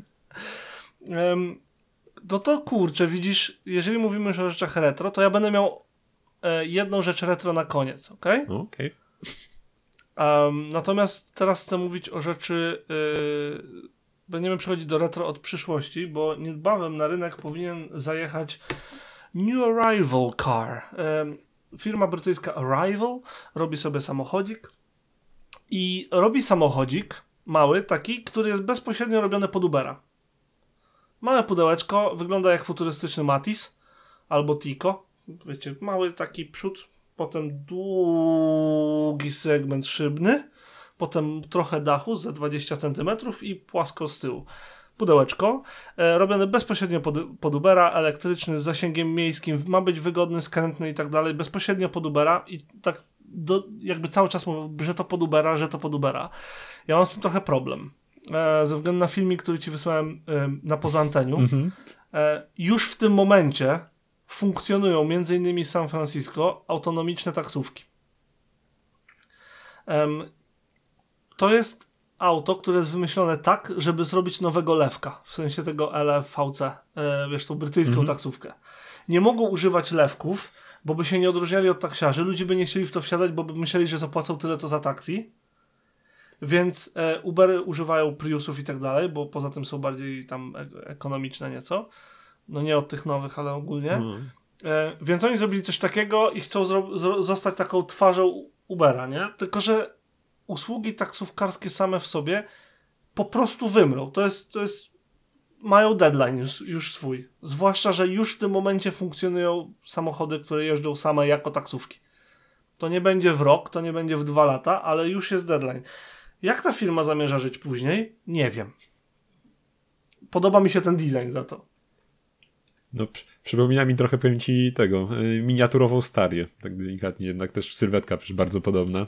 No to kurczę, widzisz, jeżeli mówimy już o rzeczach retro, to ja będę miał jedną rzecz retro na koniec, okej? Okej. Natomiast teraz chcę mówić o rzeczy będziemy przechodzić do retro od przyszłości, bo niebawem na rynek powinien zajechać New Arrival Car. Firma brytyjska Arrival robi sobie samochodzik i robi samochodzik mały, taki, który jest bezpośrednio robiony pod Ubera. Małe pudełeczko, wygląda jak futurystyczny Matiz albo Tico. Wiecie, mały taki przód, potem długi segment szybny, potem trochę dachu ze 20 cm i płasko z tyłu. Pudełeczko, robione bezpośrednio pod Ubera, elektryczny z zasięgiem miejskim, ma być wygodny, skrętny i tak dalej, bezpośrednio pod Ubera i tak jakby cały czas mówię, że to pod Ubera, że to pod Ubera. Ja mam z tym trochę problem. Ze względu na filmik, który ci wysłałem na poza anteniu, już w tym momencie funkcjonują m.in. w San Francisco autonomiczne taksówki. To jest auto, które jest wymyślone tak, żeby zrobić nowego lewka, w sensie tego LFVC, wiesz, tą brytyjską taksówkę. Nie mogą używać lewków, bo by się nie odróżniali od taksiarzy, ludzie by nie chcieli w to wsiadać, bo by myśleli, że zapłacą tyle, co za taksi. Więc Ubery używają Priusów i tak dalej, bo poza tym są bardziej tam ekonomiczne nieco. No nie od tych nowych, ale ogólnie. Więc oni zrobili coś takiego i chcą zostać taką twarzą Ubera, nie? Tylko że usługi taksówkarskie same w sobie po prostu wymrą. To jest mają deadline już swój. Zwłaszcza, że już w tym momencie funkcjonują samochody, które jeżdżą same jako taksówki. To nie będzie w rok, to nie będzie w 2 lata, ale już jest deadline. Jak ta firma zamierza żyć później? Nie wiem. Podoba mi się ten design za to. No, przypomina mi trochę, powiem ci, tego, miniaturową Starię, tak delikatnie, jednak też sylwetka przecież bardzo podobna.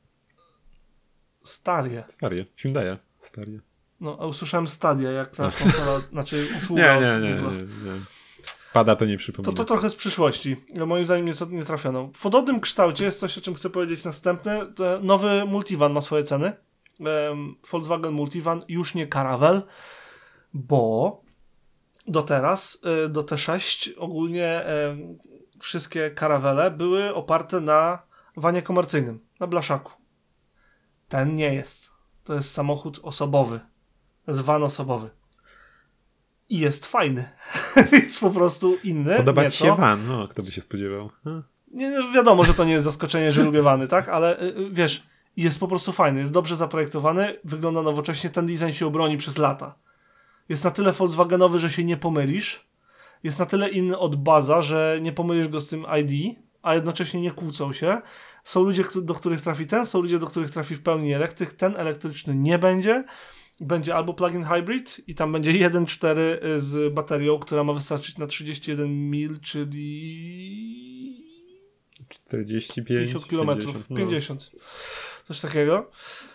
Starię, Hyundai, Starię. No, a usłyszałem Stadia, jak ta konsola, znaczy usługa. Nie. Pada to nie przypomina. To trochę z przyszłości. Moim zdaniem nie trafiono. W podobnym kształcie jest coś, o czym chcę powiedzieć następne. Nowy Multivan ma swoje ceny. Volkswagen Multivan, już nie Caravelle, bo do T6 ogólnie wszystkie Caravelle były oparte na vanie komercyjnym, na blaszaku. Ten nie jest. To jest samochód osobowy. To jest van osobowy. I jest fajny. Jest po prostu inny. Podoba ci się van? No, kto by się spodziewał? Nie, wiadomo, że to nie jest zaskoczenie, że lubię vany, tak? Ale wiesz, jest po prostu fajny. Jest dobrze zaprojektowany. Wygląda nowocześnie. Ten design się obroni przez lata. Jest na tyle Volkswagenowy, że się nie pomylisz. Jest na tyle inny od Baza, że nie pomylisz go z tym ID, a jednocześnie nie kłócą się. Są ludzie, do których trafi ten, są ludzie, do których trafi w pełni elektryk. Ten elektryczny nie będzie. Będzie albo plug-in hybrid i tam będzie 1.4 z baterią, która ma wystarczyć na 31 mil, czyli 45, 50 km, 50. Coś takiego.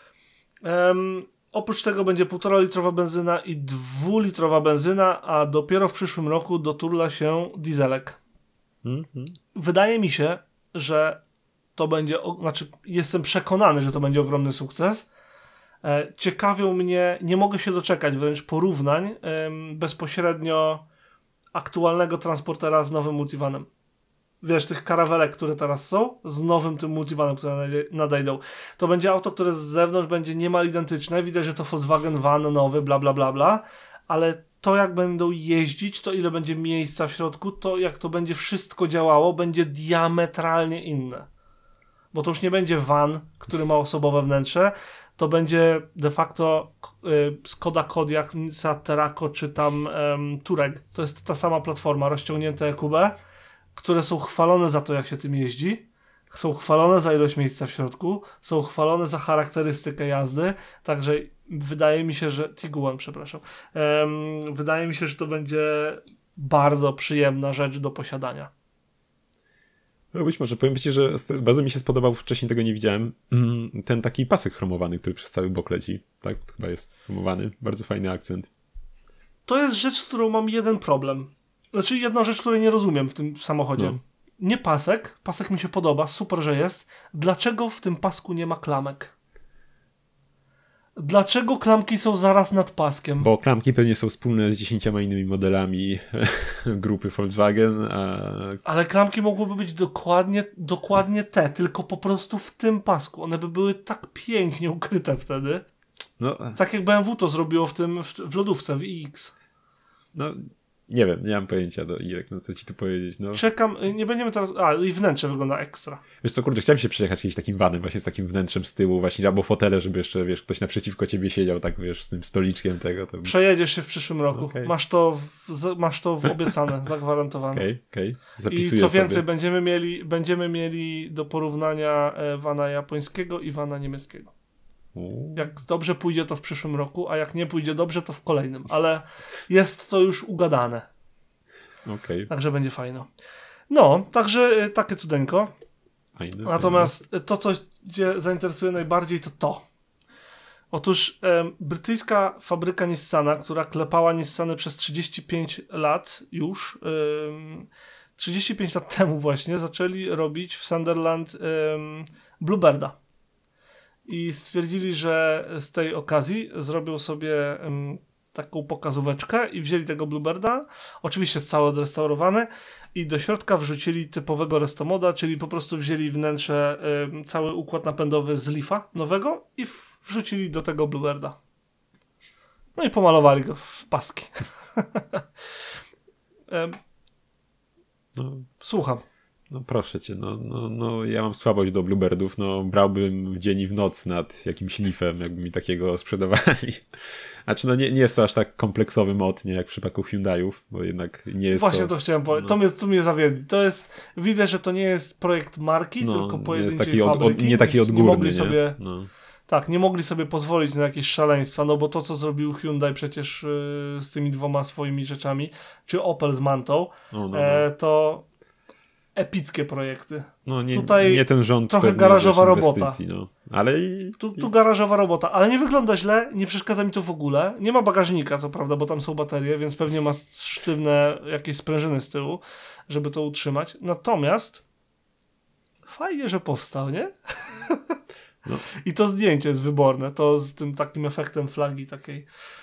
Oprócz tego będzie 1,5-litrowa benzyna i 2-litrowa benzyna, a dopiero w przyszłym roku doturla się dieselek. Wydaje mi się, że to będzie, znaczy jestem przekonany, że to będzie ogromny sukces. Ciekawią mnie, nie mogę się doczekać wręcz porównań bezpośrednio aktualnego transportera z nowym multivanem. Wiesz, tych karawelek, które teraz są, z nowym tym multivanem, które nadejdą. To będzie auto, które z zewnątrz będzie niemal identyczne. Widać, że to Volkswagen van nowy, bla, bla, bla, bla. Ale to, jak będą jeździć, to ile będzie miejsca w środku, to jak to będzie wszystko działało, będzie diametralnie inne. Bo to już nie będzie van, który ma osobowe wnętrze, to będzie de facto Skoda Kodiaq, Nissan Terraco czy tam Touareg. To jest ta sama platforma, rozciągnięte EQB, które są chwalone za to, jak się tym jeździ, są chwalone za ilość miejsca w środku, są chwalone za charakterystykę jazdy, także wydaje mi się, że Tiguan, przepraszam, wydaje mi się, że to będzie bardzo przyjemna rzecz do posiadania. No być może, powiem ci, że bardzo mi się spodobał, wcześniej tego nie widziałem, ten taki pasek chromowany, który przez cały bok leci, tak? To chyba jest chromowany, bardzo fajny akcent. To jest rzecz, z którą mam jeden problem. Znaczy jedna rzecz, której nie rozumiem w tym samochodzie. No. Nie pasek mi się podoba, super, że jest. Dlaczego w tym pasku nie ma klamek? Dlaczego klamki są zaraz nad paskiem? Bo klamki pewnie są wspólne z 10 innymi modelami grupy Volkswagen. Ale klamki mogłyby być dokładnie te, tylko po prostu w tym pasku. One by były tak pięknie ukryte wtedy. No, Tak jak BMW to zrobiło w lodówce, w iX. no, nie wiem, nie mam pojęcia do Y, no co ci tu powiedzieć, no. Czekam, nie będziemy teraz... i wnętrze wygląda ekstra. Wiesz co, kurde, chciałem się przejechać jakimś takim vanem, właśnie z takim wnętrzem z tyłu, właśnie, albo fotele, żeby jeszcze, wiesz, ktoś naprzeciwko ciebie siedział, tak, wiesz, z tym stoliczkiem tego. To... Przejedziesz się w przyszłym roku. Okay. Masz to obiecane, zagwarantowane. Okej. I Zapisuję co więcej, sobie. będziemy mieli do porównania vana japońskiego i vana niemieckiego. Jak dobrze pójdzie, to w przyszłym roku, a jak nie pójdzie dobrze, to w kolejnym. Ale jest to już ugadane. Okej. Także będzie fajno. No, także takie cudeńko. Fajne. Natomiast to, co cię zainteresuje najbardziej, to. Otóż brytyjska fabryka Nissana, która klepała Nissany przez 35 lat już, 35 lat temu właśnie zaczęli robić w Sunderland Bluebirda. I stwierdzili, że z tej okazji zrobią sobie taką pokazóweczkę i wzięli tego Bluebirda, oczywiście cały odrestaurowany, i do środka wrzucili typowego restomoda, czyli po prostu wzięli wnętrze, cały układ napędowy z Leafa nowego i wrzucili do tego Bluebirda. No i pomalowali go w paski. Słucham. No proszę cię, no ja mam słabość do Bluebirdów, no brałbym w dzień i w noc nad jakimś Leafem, jakby mi takiego sprzedawali. Znaczy no nie jest to aż tak kompleksowy mod, nie jak w przypadku Hyundai'ów, bo jednak nie jest Właśnie to chciałem powiedzieć, to mnie zawiedli. To jest, widzę, że to nie jest projekt marki, tylko pojedynczej fabryki. Nie taki odgórny, nie mogli sobie, no. Tak, nie mogli sobie pozwolić na jakieś szaleństwa, no bo to, co zrobił Hyundai przecież z tymi dwoma swoimi rzeczami, czy Opel z Mantą, to epickie projekty. No Tutaj nie ten rząd trochę garażowa robota. No. Ale Tu garażowa robota, ale nie wygląda źle, nie przeszkadza mi to w ogóle. Nie ma bagażnika, co prawda, bo tam są baterie, więc pewnie ma sztywne jakieś sprężyny z tyłu, żeby to utrzymać. Natomiast fajnie, że powstał, nie? No. I to zdjęcie jest wyborne, to z tym takim efektem flagi takiej.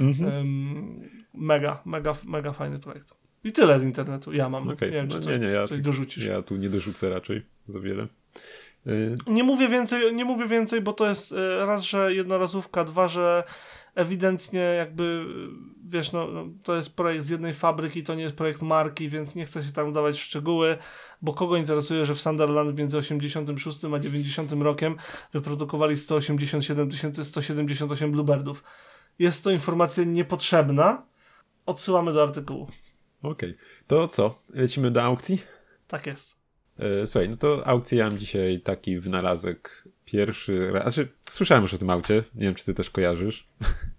Mega fajny projekt. I tyle z internetu. Ja mam. Okay. Nie wiem, czy coś dorzucisz. Ja tu nie dorzucę raczej za wiele. Nie mówię więcej, bo to jest raz, że jednorazówka, dwa, że ewidentnie jakby, wiesz, to jest projekt z jednej fabryki, to nie jest projekt marki, więc nie chcę się tam wdawać w szczegóły, bo kogo interesuje, że w Sunderland między 86 a 90 rokiem wyprodukowali 187 178 Bluebirdów. Jest to informacja niepotrzebna. Odsyłamy do artykułu. Okej. To co? Lecimy do aukcji? Tak jest. Słuchaj, no to aukcję ja mam dzisiaj taki wynalazek pierwszy raz. Znaczy, słyszałem już o tym aucie. Nie wiem, czy ty też kojarzysz.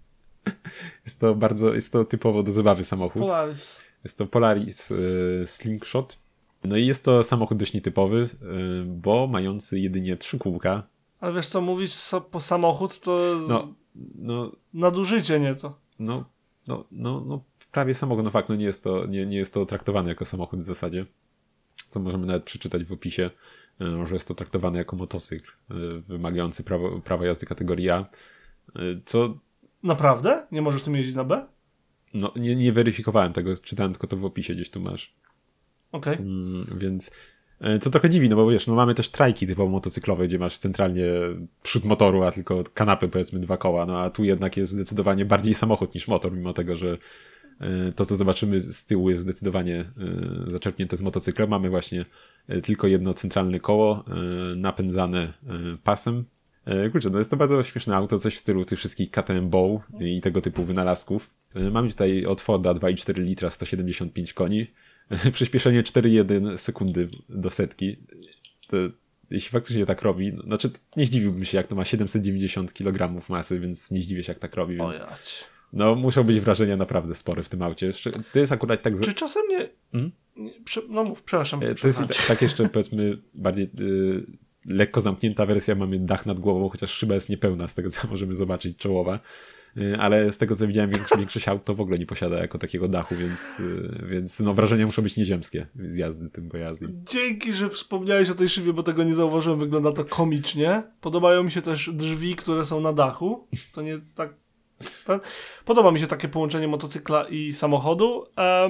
Jest to typowo do zabawy samochód. Polaris. Jest to Polaris Slingshot. No i jest to samochód dość nietypowy, bo mający jedynie 3 kółka. Ale wiesz co, mówić po samochód to nadużycie nieco. No, prawie samochód. No fakt, no nie jest to traktowane jako samochód w zasadzie. Co możemy nawet przeczytać w opisie, że jest to traktowane jako motocykl wymagający prawa jazdy kategorii A. Co... Naprawdę? Nie możesz tym jeździć na B? No, nie weryfikowałem tego, czytałem tylko to w opisie, gdzieś tu masz. Okej. Więc co trochę dziwi, no bo wiesz, no mamy też trajki typowo motocyklowe, gdzie masz centralnie przód motoru, a tylko kanapy, powiedzmy 2 koła, no a tu jednak jest zdecydowanie bardziej samochód niż motor, mimo tego, że to, co zobaczymy z tyłu, jest zdecydowanie zaczerpnięte z motocykla. Mamy właśnie tylko jedno centralne koło napędzane pasem. Kurczę, no jest to bardzo śmieszne auto, coś w stylu tych wszystkich KTM Bow i tego typu wynalazków. Mamy tutaj od Forda 2,4 litra, 175 koni. Przyspieszenie 4,1 sekundy do setki. To, jeśli faktycznie tak robi, znaczy nie zdziwiłbym się, jak to ma 790 kg masy, więc nie zdziwię się, jak tak robi. Więc... No, muszą być wrażenia naprawdę spore w tym aucie. To jest akurat tak... Czy czasem nie... No mów, przepraszam. To jest tak jeszcze, powiedzmy, bardziej lekko zamknięta wersja. Mamy dach nad głową, chociaż szyba jest niepełna z tego, co możemy zobaczyć, czołowa. Ale z tego, co widziałem, większość aut to w ogóle nie posiada jako takiego dachu, więc no, wrażenia muszą być nieziemskie z jazdy tym pojazdem. Dzięki, że wspomniałeś o tej szybie, bo tego nie zauważyłem. Wygląda to komicznie. Podobają mi się też drzwi, które są na dachu. To nie tak... Podoba mi się takie połączenie motocykla i samochodu.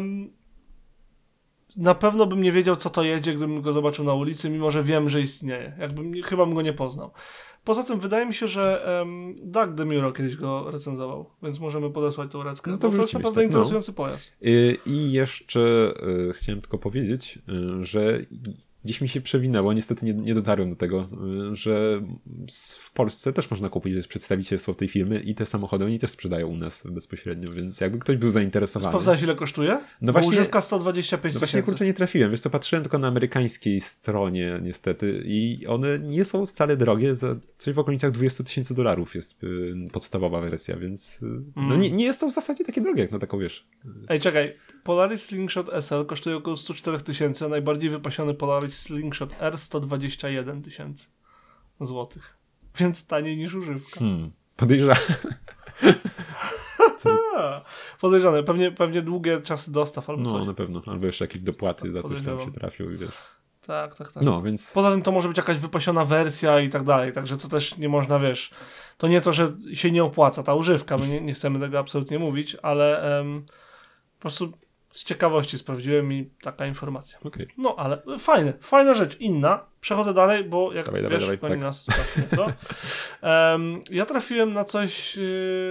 Na pewno bym nie wiedział, co to jedzie, gdybym go zobaczył na ulicy, mimo że wiem, że istnieje. Chyba bym go nie poznał. Poza tym wydaje mi się, że Doug DeMuro kiedyś go recenzował, więc możemy podesłać tą reckę. No to bo to jest wrzucimy, naprawdę tak, interesujący pojazd. I jeszcze chciałem tylko powiedzieć, że gdzieś mi się przewinęło, niestety nie dotarłem do tego, że w Polsce też można kupić, jest przedstawicielstwo tej firmy i te samochody oni też sprzedają u nas bezpośrednio, więc jakby ktoś był zainteresowany. Sprawdzałeś, ile kosztuje? No właśnie, używka 125 no właśnie, kurczę, nie trafiłem. Wiesz co, patrzyłem tylko na amerykańskiej stronie niestety i one nie są wcale drogie, za coś w okolicach $20,000 jest podstawowa wersja, więc no nie jest to w zasadzie takie drogie jak na taką, wiesz. Ej, czekaj. Polaris Slingshot SL kosztuje około 104 000, a najbardziej wypasiony Polaris Slingshot R 121 000 złotych. Więc taniej niż używka. Podejrzewam. Podejrzane. Pewnie długie czasy dostaw albo coś. No, na pewno. Albo jeszcze jakieś dopłaty za coś tam się trafią i wiesz. Tak. No, więc... Poza tym to może być jakaś wypasiona wersja i tak dalej, także to też nie można, wiesz, to nie to, że się nie opłaca ta używka, my nie chcemy tego absolutnie mówić, ale po prostu z ciekawości sprawdziłem i taka informacja. Okay. No, ale fajna rzecz, inna. Przechodzę dalej, bo jak wiesz, goni nas czas nieco. Ja trafiłem na coś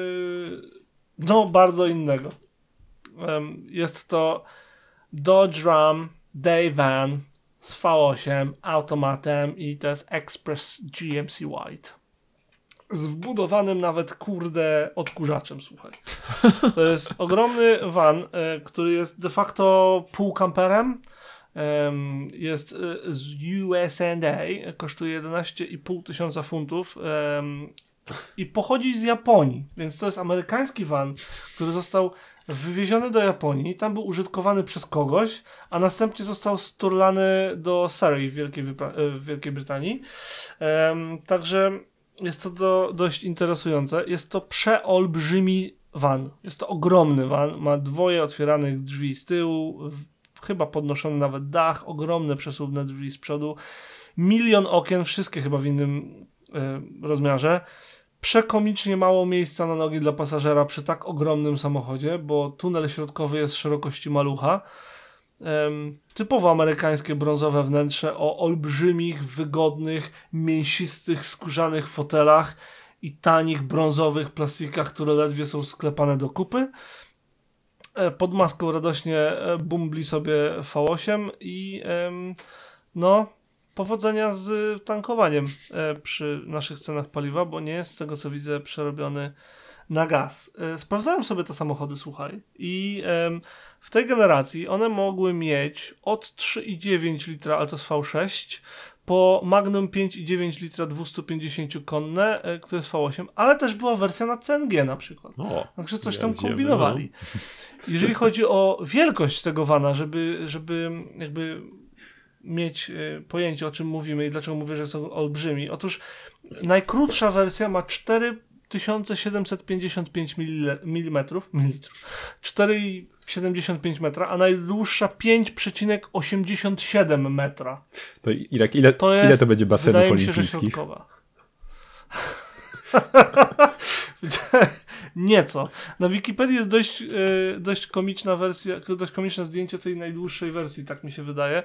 bardzo innego. Jest to Dodge Ram Day-Van z V8, automatem i to jest Express GMC White. Z wbudowanym nawet, odkurzaczem, słuchaj. To jest ogromny van, który jest de facto półkamperem. Jest z USA, kosztuje 11,5 tysiąca funtów i pochodzi z Japonii, więc to jest amerykański van, który został wywieziony do Japonii, tam był użytkowany przez kogoś, a następnie został sturlany do Surrey w Wielkiej Brytanii. Także jest to dość interesujące. Jest to przeolbrzymi van. Jest to ogromny van, ma 2 otwieranych drzwi z tyłu, chyba podnoszony nawet dach, ogromne przesuwne drzwi z przodu, 1 000 000 okien, wszystkie chyba w innym rozmiarze. Przekomicznie mało miejsca na nogi dla pasażera przy tak ogromnym samochodzie, bo tunel środkowy jest szerokości malucha. Typowo amerykańskie brązowe wnętrze o olbrzymich, wygodnych, mięsistych, skórzanych fotelach i tanich, brązowych plastikach, które ledwie są sklepane do kupy. Pod maską radośnie bumbli sobie V8 i powodzenia z tankowaniem przy naszych cenach paliwa, bo nie jest z tego co widzę przerobiony na gaz. Sprawdzałem sobie te samochody, słuchaj, i w tej generacji one mogły mieć od 3,9 litra, ale to jest V6, po Magnum 5,9 litra 250 konne, które jest V8, ale też była wersja na CNG na przykład. Także coś tam kombinowali. Jeżeli chodzi o wielkość tego vana, żeby jakby mieć pojęcie, o czym mówimy i dlaczego mówię, że są olbrzymi. Otóż najkrótsza wersja ma 4755 mm, 4,75 metra, a najdłuższa 5,87 metra. To ile to będzie basenów olimpijskich? Wydaje mi się, że środkowa. Nieco. Na Wikipedii jest dość komiczna wersja, dość komiczne zdjęcie tej najdłuższej wersji, tak mi się wydaje,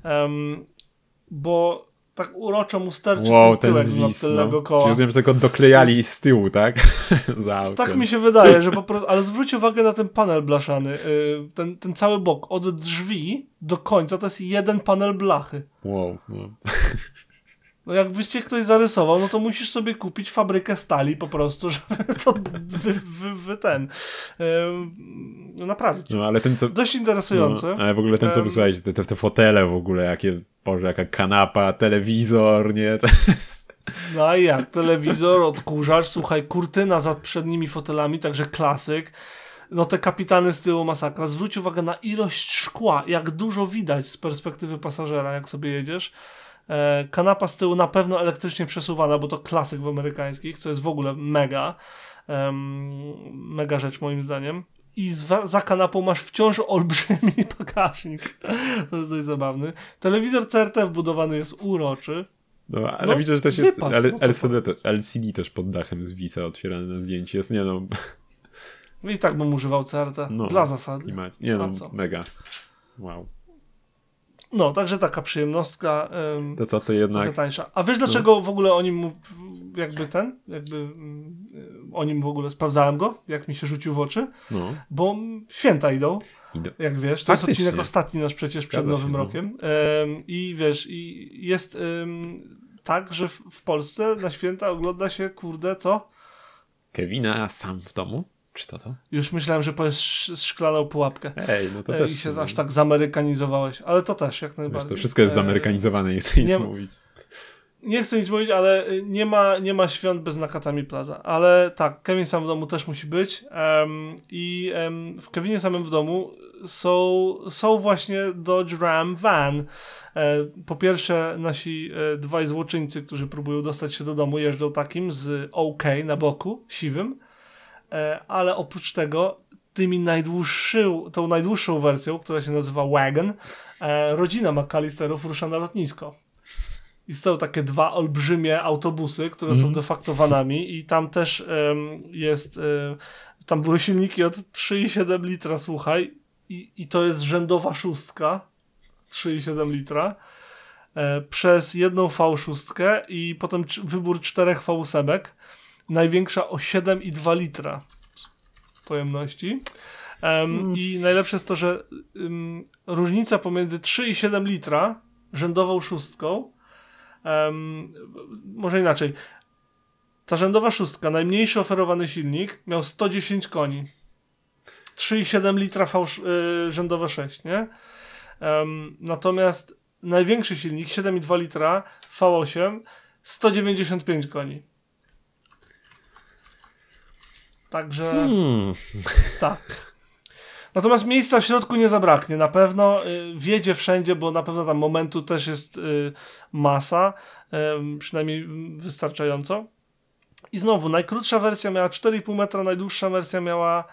bo tak uroczo mu sterczy ten tyłek z tylnego koła. Czyli rozumiem, że tylko doklejali z tyłu, tak? Za autem. Tak mi się wydaje, że po prostu, ale zwróć uwagę na ten panel blaszany, ten cały bok, od drzwi do końca to jest jeden panel blachy. Wow. No jakbyście ktoś zarysował, no to musisz sobie kupić fabrykę stali po prostu, żeby to naprawić. No ale ten co... Dość interesujące. No, ale w ogóle ten co wysłałeś, te fotele w ogóle, jakie, Boże, jaka kanapa, telewizor, nie? No i jak? Telewizor, odkurzacz, słuchaj, kurtyna za przednimi fotelami, także klasyk. No te kapitany z tyłu masakra. Zwróć uwagę na ilość szkła, jak dużo widać z perspektywy pasażera, jak sobie jedziesz. Kanapa z tyłu na pewno elektrycznie przesuwana, bo to klasyk w amerykańskich, co jest w ogóle mega rzecz moim zdaniem. I za kanapą masz wciąż olbrzymi bagażnik. To jest dość zabawny. Telewizor CRT wbudowany jest uroczy. No, ale widzę, że też jest LCD też pod dachem zwisa otwierane na zdjęcie. Jest, nie no... I tak bym używał CRT. Dla zasady. Mega. Wow. No, także taka przyjemnostka. To co, to jednak... Trochę tańsza. A wiesz dlaczego w ogóle o nim o nim w ogóle sprawdzałem go, jak mi się rzucił w oczy? No. Bo święta idą. Jak wiesz, to jest odcinek ostatni nasz przecież przed Nowym Rokiem. I wiesz, i jest tak, że w Polsce na święta ogląda się, co? Kevina sam w domu? Czy to? Już myślałem, że powiesz szklaną pułapkę. No to też. I się aż tak zamerykanizowałeś, ale to też jak najbardziej. Wiesz, to wszystko jest zamerykanizowane, nie chcę nic mówić. Nie chcę nic mówić, ale nie ma świąt bez Nakatami Plaza. Ale tak, Kevin sam w domu też musi być. W Kevinie samym w domu są właśnie Dodge Ram Van. Po pierwsze nasi dwaj złoczyńcy, którzy próbują dostać się do domu, jeżdżą takim z OK na boku, siwym. Ale oprócz tego tą najdłuższą wersją, która się nazywa Wagon, rodzina McAllisterów rusza na lotnisko. I są takie dwa olbrzymie autobusy, które są de facto vanami i tam też tam były silniki od 3,7 litra, słuchaj, i to jest rzędowa szóstka 3,7 litra przez jedną V6 i potem wybór 4 V8, największa o 7,2 litra pojemności. I najlepsze jest to, że różnica pomiędzy 3,7 litra rzędową szóstką, może inaczej, ta rzędowa szóstka, najmniejszy oferowany silnik miał 110 koni. 3,7 litra rzędowe 6, nie? Natomiast największy silnik, 7,2 litra V8, 195 koni. Także tak. Natomiast miejsca w środku nie zabraknie. Na pewno wjedzie wszędzie, bo na pewno tam momentu też jest masa, przynajmniej wystarczająco. I znowu, najkrótsza wersja miała 4,5 metra, najdłuższa wersja miała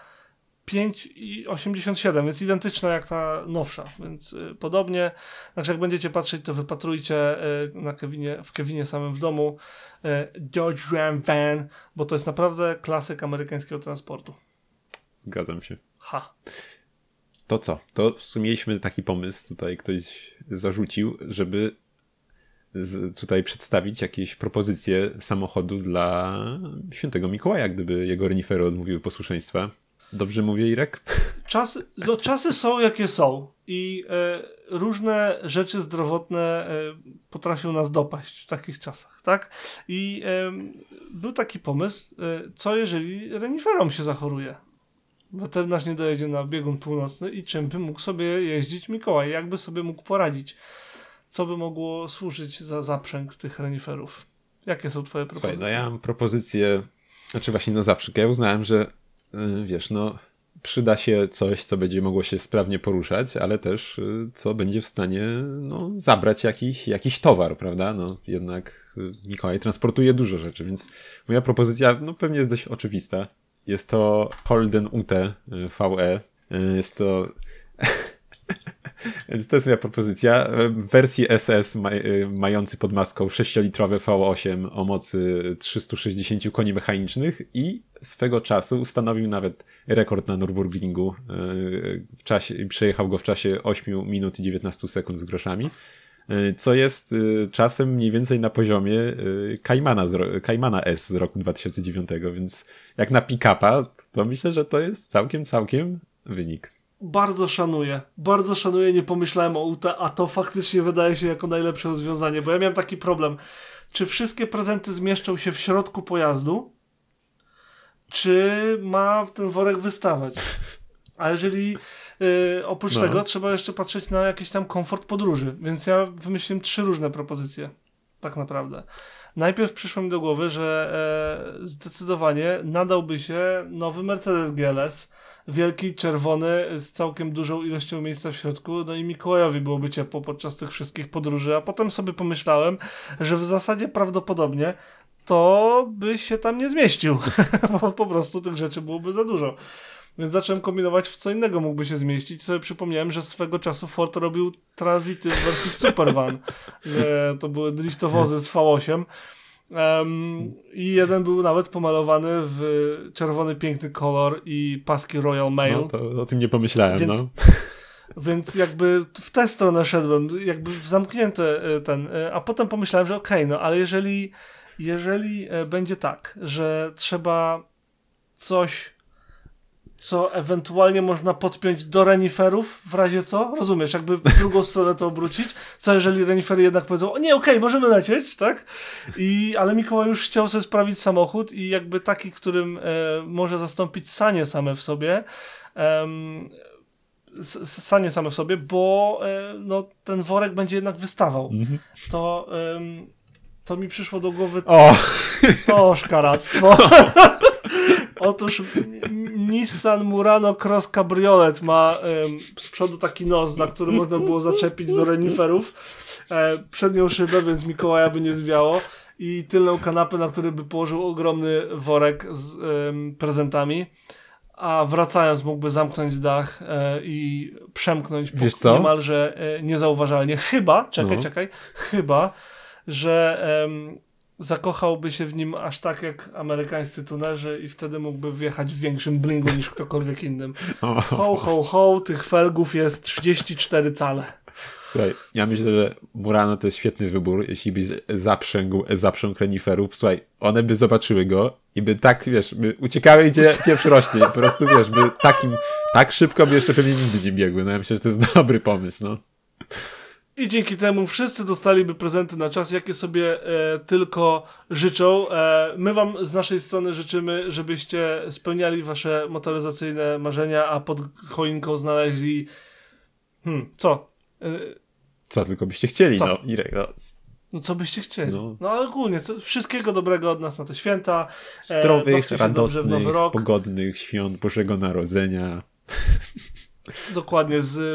5,87, więc identyczna jak ta nowsza, więc podobnie. Także jak będziecie patrzeć, to wypatrujcie w Kevinie samym w domu Dodge Ram Van, bo to jest naprawdę klasyk amerykańskiego transportu. Zgadzam się. To co? To w sumie mieliśmy taki pomysł, tutaj ktoś zarzucił, żeby tutaj przedstawić jakieś propozycje samochodu dla świętego Mikołaja, gdyby jego renifery odmówiły posłuszeństwa. Dobrze mówię, Irek? Czasy są jakie są i różne rzeczy zdrowotne potrafią nas dopaść w takich czasach, tak? I był taki pomysł, co jeżeli reniferom się zachoruje? Weterynarz nie dojedzie na biegun północny i czym by mógł sobie jeździć Mikołaj? Jakby sobie mógł poradzić? Co by mogło służyć za zaprzęg tych reniferów? Jakie są twoje propozycje? Słuchaj, ja mam propozycję, właśnie zaprzęg. Ja uznałem, że przyda się coś, co będzie mogło się sprawnie poruszać, ale też co będzie w stanie zabrać jakiś towar, prawda? Jednak Mikołaj transportuje dużo rzeczy, więc moja propozycja pewnie jest dość oczywista. Jest to Holden UT VE. Jest to... Więc to jest moja propozycja. W wersji SS mający pod maską 6-litrowe V8 o mocy 360 koni mechanicznych i swego czasu ustanowił nawet rekord na Nürburgringu w czasie, przejechał go w czasie 8 minut i 19 sekund z groszami, co jest czasem mniej więcej na poziomie Caymana S z roku 2009, więc jak na pick-upa, to myślę, że to jest całkiem wynik. Bardzo szanuję, nie pomyślałem o UT, a to faktycznie wydaje się jako najlepsze rozwiązanie, bo ja miałem taki problem, czy wszystkie prezenty zmieszczą się w środku pojazdu, czy ma ten worek wystawać. A jeżeli oprócz tego trzeba jeszcze patrzeć na jakiś tam komfort podróży, więc ja wymyśliłem 3 różne propozycje, tak naprawdę. Najpierw przyszło mi do głowy, że zdecydowanie nadałby się nowy Mercedes GLS, wielki, czerwony, z całkiem dużą ilością miejsca w środku, i Mikołajowi byłoby ciepło podczas tych wszystkich podróży, a potem sobie pomyślałem, że w zasadzie prawdopodobnie to by się tam nie zmieścił, bo po prostu tych rzeczy byłoby za dużo. Więc zacząłem kombinować, w co innego mógłby się zmieścić. Sobie przypomniałem, że swego czasu Ford robił tranzyty w wersji Supervan. To były driftowozy z V8. I jeden był nawet pomalowany w czerwony, piękny kolor i paski Royal Mail. To o tym nie pomyślałem, Więc jakby w tę stronę szedłem, jakby w zamknięte a potem pomyślałem, że okej, no ale jeżeli będzie tak, że trzeba coś, co ewentualnie można podpiąć do reniferów, w razie co? Rozumiesz, jakby w drugą stronę to obrócić. Co jeżeli renifery jednak powiedzą, o nie, okej, możemy lecieć, tak? Ale Mikołaj już chciał sobie sprawić samochód i jakby taki, którym może zastąpić sanie same w sobie, bo no, ten worek będzie jednak wystawał. To mi przyszło do głowy to szkaractwo. Otóż Nissan Murano Cross Cabriolet ma z przodu taki nos, za który można było zaczepić do reniferów. Przednią szybę, więc Mikołaja by nie zwiało. I tylną kanapę, na której by położył ogromny worek z prezentami. A wracając mógłby zamknąć dach i przemknąć niemalże niezauważalnie. Chyba, że zakochałby się w nim aż tak jak amerykańscy tunerzy i wtedy mógłby wjechać w większym blingu niż ktokolwiek innym. Ho, tych felgów jest 34 cale. Słuchaj, ja myślę, że Murano to jest świetny wybór, jeśli by zaprzągł reniferów. Słuchaj, one by zobaczyły go i by tak, wiesz, by uciekały, gdzie pieprz rośnie. Po prostu, wiesz, by tak szybko by jeszcze pewnie nigdy nie biegły. No ja myślę, że to jest dobry pomysł, no. I dzięki temu wszyscy dostaliby prezenty na czas, jakie sobie tylko życzą. My wam z naszej strony życzymy, żebyście spełniali wasze motoryzacyjne marzenia, a pod choinką znaleźli... Co? Co tylko byście chcieli, co? No, Irek, no. No co byście chcieli? No ale ogólnie, wszystkiego dobrego od nas na te święta. Zdrowych, radosnych, pogodnych świąt Bożego Narodzenia. Dokładnie, z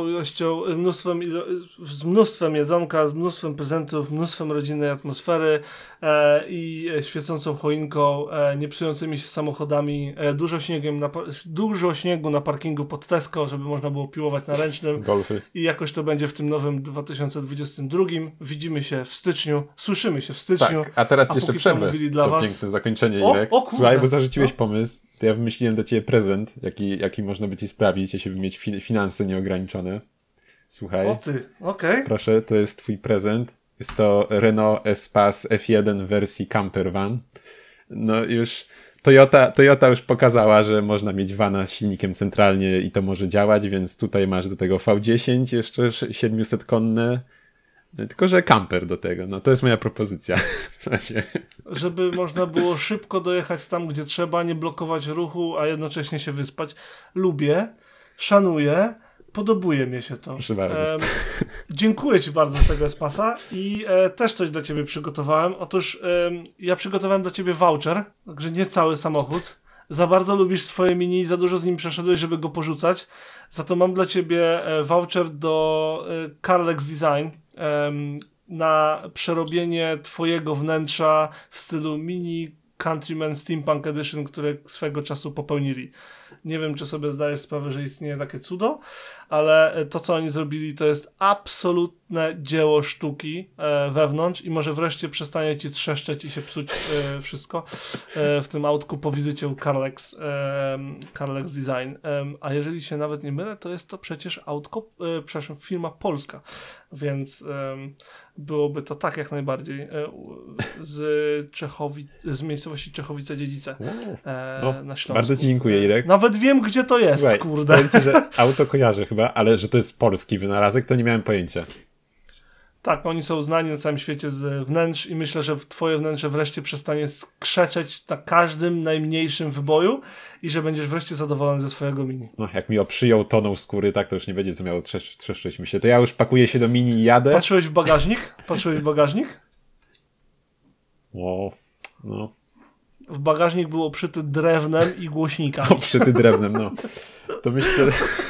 mnóstwem jedzonka, z mnóstwem prezentów, mnóstwem rodzinnej atmosfery i świecącą choinką, nie psującymi się samochodami, dużo śniegu na parkingu pod Tesco, żeby można było piłować na ręcznym. Golfy. I jakoś to będzie w tym nowym 2022. Widzimy się w styczniu, słyszymy się w styczniu. Tak, a teraz jeszcze przerwę. Dla was. Piękne zakończenie, Irek. Słuchaj, bo zarzuciłeś pomysł. To ja wymyśliłem dla ciebie prezent, jaki można by ci sprawić, jeśli by mieć finanse nieograniczone. Słuchaj. O ty, okej. Proszę, to jest twój prezent. Jest to Renault Espace F1 w wersji camper van. No już Toyota już pokazała, że można mieć vana z silnikiem centralnie i to może działać, więc tutaj masz do tego V10 jeszcze 700 konne. Tylko że camper do tego. No to jest moja propozycja. Żeby można było szybko dojechać tam, gdzie trzeba, nie blokować ruchu, a jednocześnie się wyspać. Lubię, szanuję, podobuje mi się to. Proszę bardzo. Dziękuję ci bardzo za tego Espasa i też coś dla ciebie przygotowałem. Otóż ja przygotowałem dla ciebie voucher, także nie cały samochód. Za bardzo lubisz swoje Mini i za dużo z nim przeszedłeś, żeby go porzucać. Za to mam dla ciebie voucher do Carlex Design na przerobienie twojego wnętrza w stylu Mini Countryman Steampunk Edition, które swego czasu popełnili. Nie wiem, czy sobie zdajesz sprawę, że istnieje takie cudo, ale to, co oni zrobili, to jest absolutne dzieło sztuki wewnątrz i może wreszcie przestanie ci trzeszczeć i się psuć wszystko w tym autku po wizycie u Carlex Design. A jeżeli się nawet nie mylę, to jest to przecież firma polska, więc byłoby to tak jak najbardziej z miejscowości Czechowice-Dziedzice na Śląsku. Bardzo ci dziękuję, Irek. Nawet wiem, gdzie to jest. Słuchaj, kurde. Powiem ci, że auto kojarzę chyba, ale że to jest polski wynalazek, to nie miałem pojęcia. Tak, oni są znani na całym świecie z wnętrz i myślę, że twoje wnętrze wreszcie przestanie skrzeczeć na każdym najmniejszym wyboju i że będziesz wreszcie zadowolony ze swojego Mini. No, jak mi przyjął toną skóry, tak, to już nie będzie co miało trzeszczeć mi się. To ja już pakuję się do Mini i jadę. Patrzyłeś w bagażnik? O, no. W bagażnik był obszyty drewnem i głośnikami. Obszyty drewnem, no. To myślę...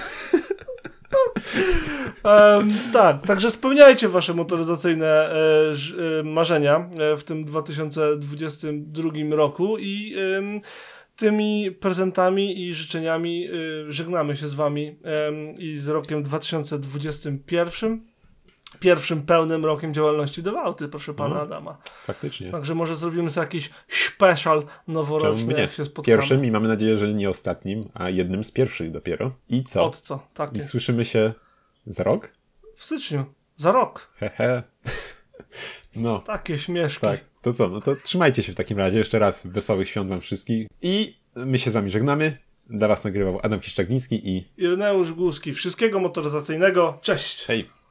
Tak, także spełniajcie wasze motoryzacyjne marzenia w tym 2022 roku i tymi prezentami i życzeniami żegnamy się z wami i z rokiem 2021. pierwszym pełnym rokiem działalności Devauty, proszę pana Adama. Faktycznie. Także może zrobimy sobie jakiś special noworoczny, jak się spotkamy. Pierwszym i mamy nadzieję, że nie ostatnim, a jednym z pierwszych dopiero. I co? Od co? Tak I jest. słyszymy się za rok? W styczniu. Za rok. Hehe. No. Takie śmieszki. Tak, to co? No to trzymajcie się w takim razie. Jeszcze raz wesołych świąt wam wszystkich. I my się z wami żegnamy. Dla was nagrywał Adam Kiszczagniński i Ireneusz Głuski. Wszystkiego motoryzacyjnego. Cześć! hej!